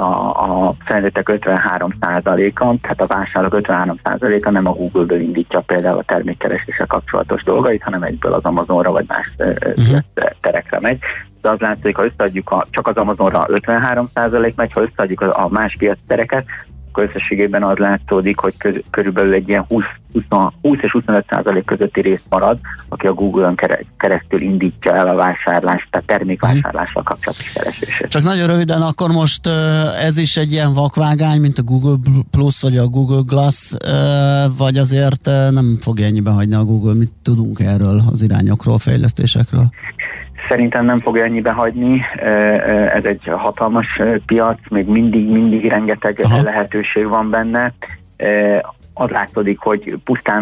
a felnőttek 53%-a, tehát a vásárlók 53%-a nem a Google-ből indítja például a termékkereséssel kapcsolatos dolgait, hanem egyből az Amazonra vagy más terekre megy. De az látszik, ha összeadjuk csak az Amazonra 53% megy, ha összeadjuk a más piactereket, akkor összességében az látszódik, hogy körülbelül egy ilyen 20 és 25% közötti rész marad, aki a Google-on keresztül indítja el a vásárlást, tehát termékvásárlással kapcsolatos keresését. Csak nagyon röviden, akkor most ez is egy ilyen vakvágány, mint a Google Plus vagy a Google Glass, vagy azért nem fogja ennyiben hagyni a Google? Mit tudunk erről az irányokról, fejlesztésekről? Szerintem nem fogja ennyibe hagyni, ez egy hatalmas piac, még mindig rengeteg lehetőség van benne. Az látszódik, hogy pusztán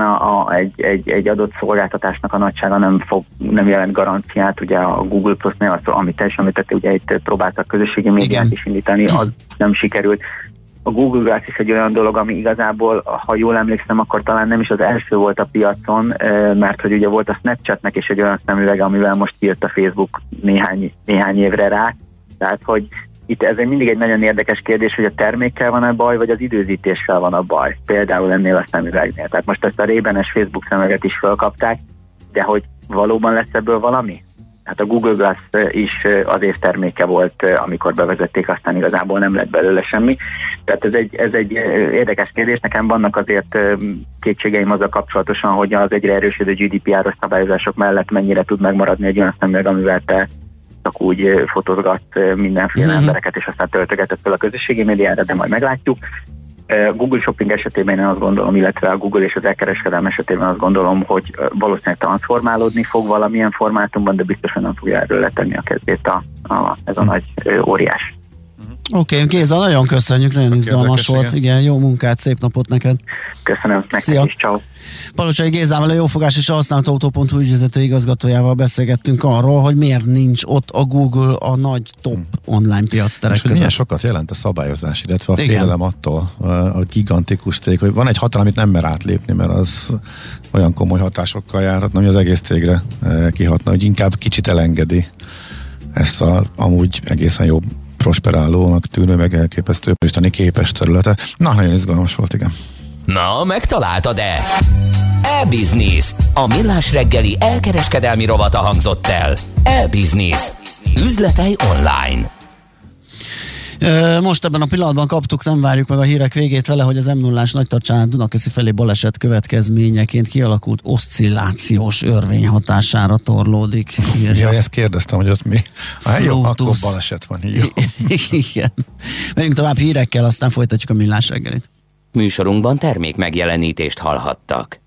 egy adott szolgáltatásnak a nagysága nem jelent garanciát, ugye a Google Plus-nél, amit teljesen említette, ugye itt próbáltak közösségi médiát is indítani, az nem sikerült. A Google Glass is egy olyan dolog, ami igazából, ha jól emlékszem, akkor talán nem is az első volt a piacon, mert hogy ugye volt a Snapchatnek is egy olyan szemüvege, amivel most írt a Facebook néhány évre rá. Tehát, hogy itt ez mindig egy nagyon érdekes kérdés, hogy a termékkel van a baj, vagy az időzítéssel van a baj. Például ennél a szemüvegnél. Tehát most ezt a Ray-Banes Facebook szemüveget is felkapták, de hogy valóban lesz ebből valami? Hát a Google Glass is az észterméke volt, amikor bevezették, aztán igazából nem lett belőle semmi. Tehát ez egy érdekes kérdés. Nekem vannak azért kétségeim azzal kapcsolatosan, hogy az egyre erősödő GDPR-os szabályozások mellett mennyire tud megmaradni egy olyan szemüveg, amivel te csak úgy fotózgat mindenféle embereket, és aztán töltögetett fel a közösségi médiára, de majd meglátjuk. Google Shopping esetében én azt gondolom, illetve a Google és az elkereskedelem esetében azt gondolom, hogy valószínűleg transformálódni fog valamilyen formátumban, de biztosan nem fogja erről letenni a kezdét ez a nagy óriás. Oké, Géza, nagyon köszönjük, nagyon izgalmas volt. Igen, jó munkát, szép napot neked. Köszönöm, neked is, ciao. Palocsai Gézával, a Jófogás és a Használt Autó.hu ügyvezető igazgatójával beszélgettünk arról, hogy miért nincs ott a Google a nagy top online piacterek között. Milyen sokat jelent a szabályozás, illetve a félelem attól, a gigantikus cég, hogy van egy határ, amit nem mer átlépni, mert az olyan komoly hatásokkal járhatna, hogy az egész cégre kihatna, hogy inkább kicsit elengedi ezt amúgy egészen jó prosperálónak tűnő, meg elképesztő isteni képes területe. Na, nagyon izgalmas volt, igen. Na, megtaláltad-e? E-Business. A millás reggeli elkereskedelmi rovata hangzott el. E-Business. Üzletei online. Most ebben a pillanatban kaptuk, nem várjuk meg a hírek végét vele, hogy az M0-ás Nagytartsán Dunakeszi felé baleset következményeként kialakult oszcillációs örvény hatására torlódik. Ja, ezt kérdeztem, hogy ott mi. Jó, akkor baleset van. Jó. Igen. Megyünk tovább hírekkel, aztán folytatjuk a millás reggelit. Műsorunkban termék megjelenítést hallhattak.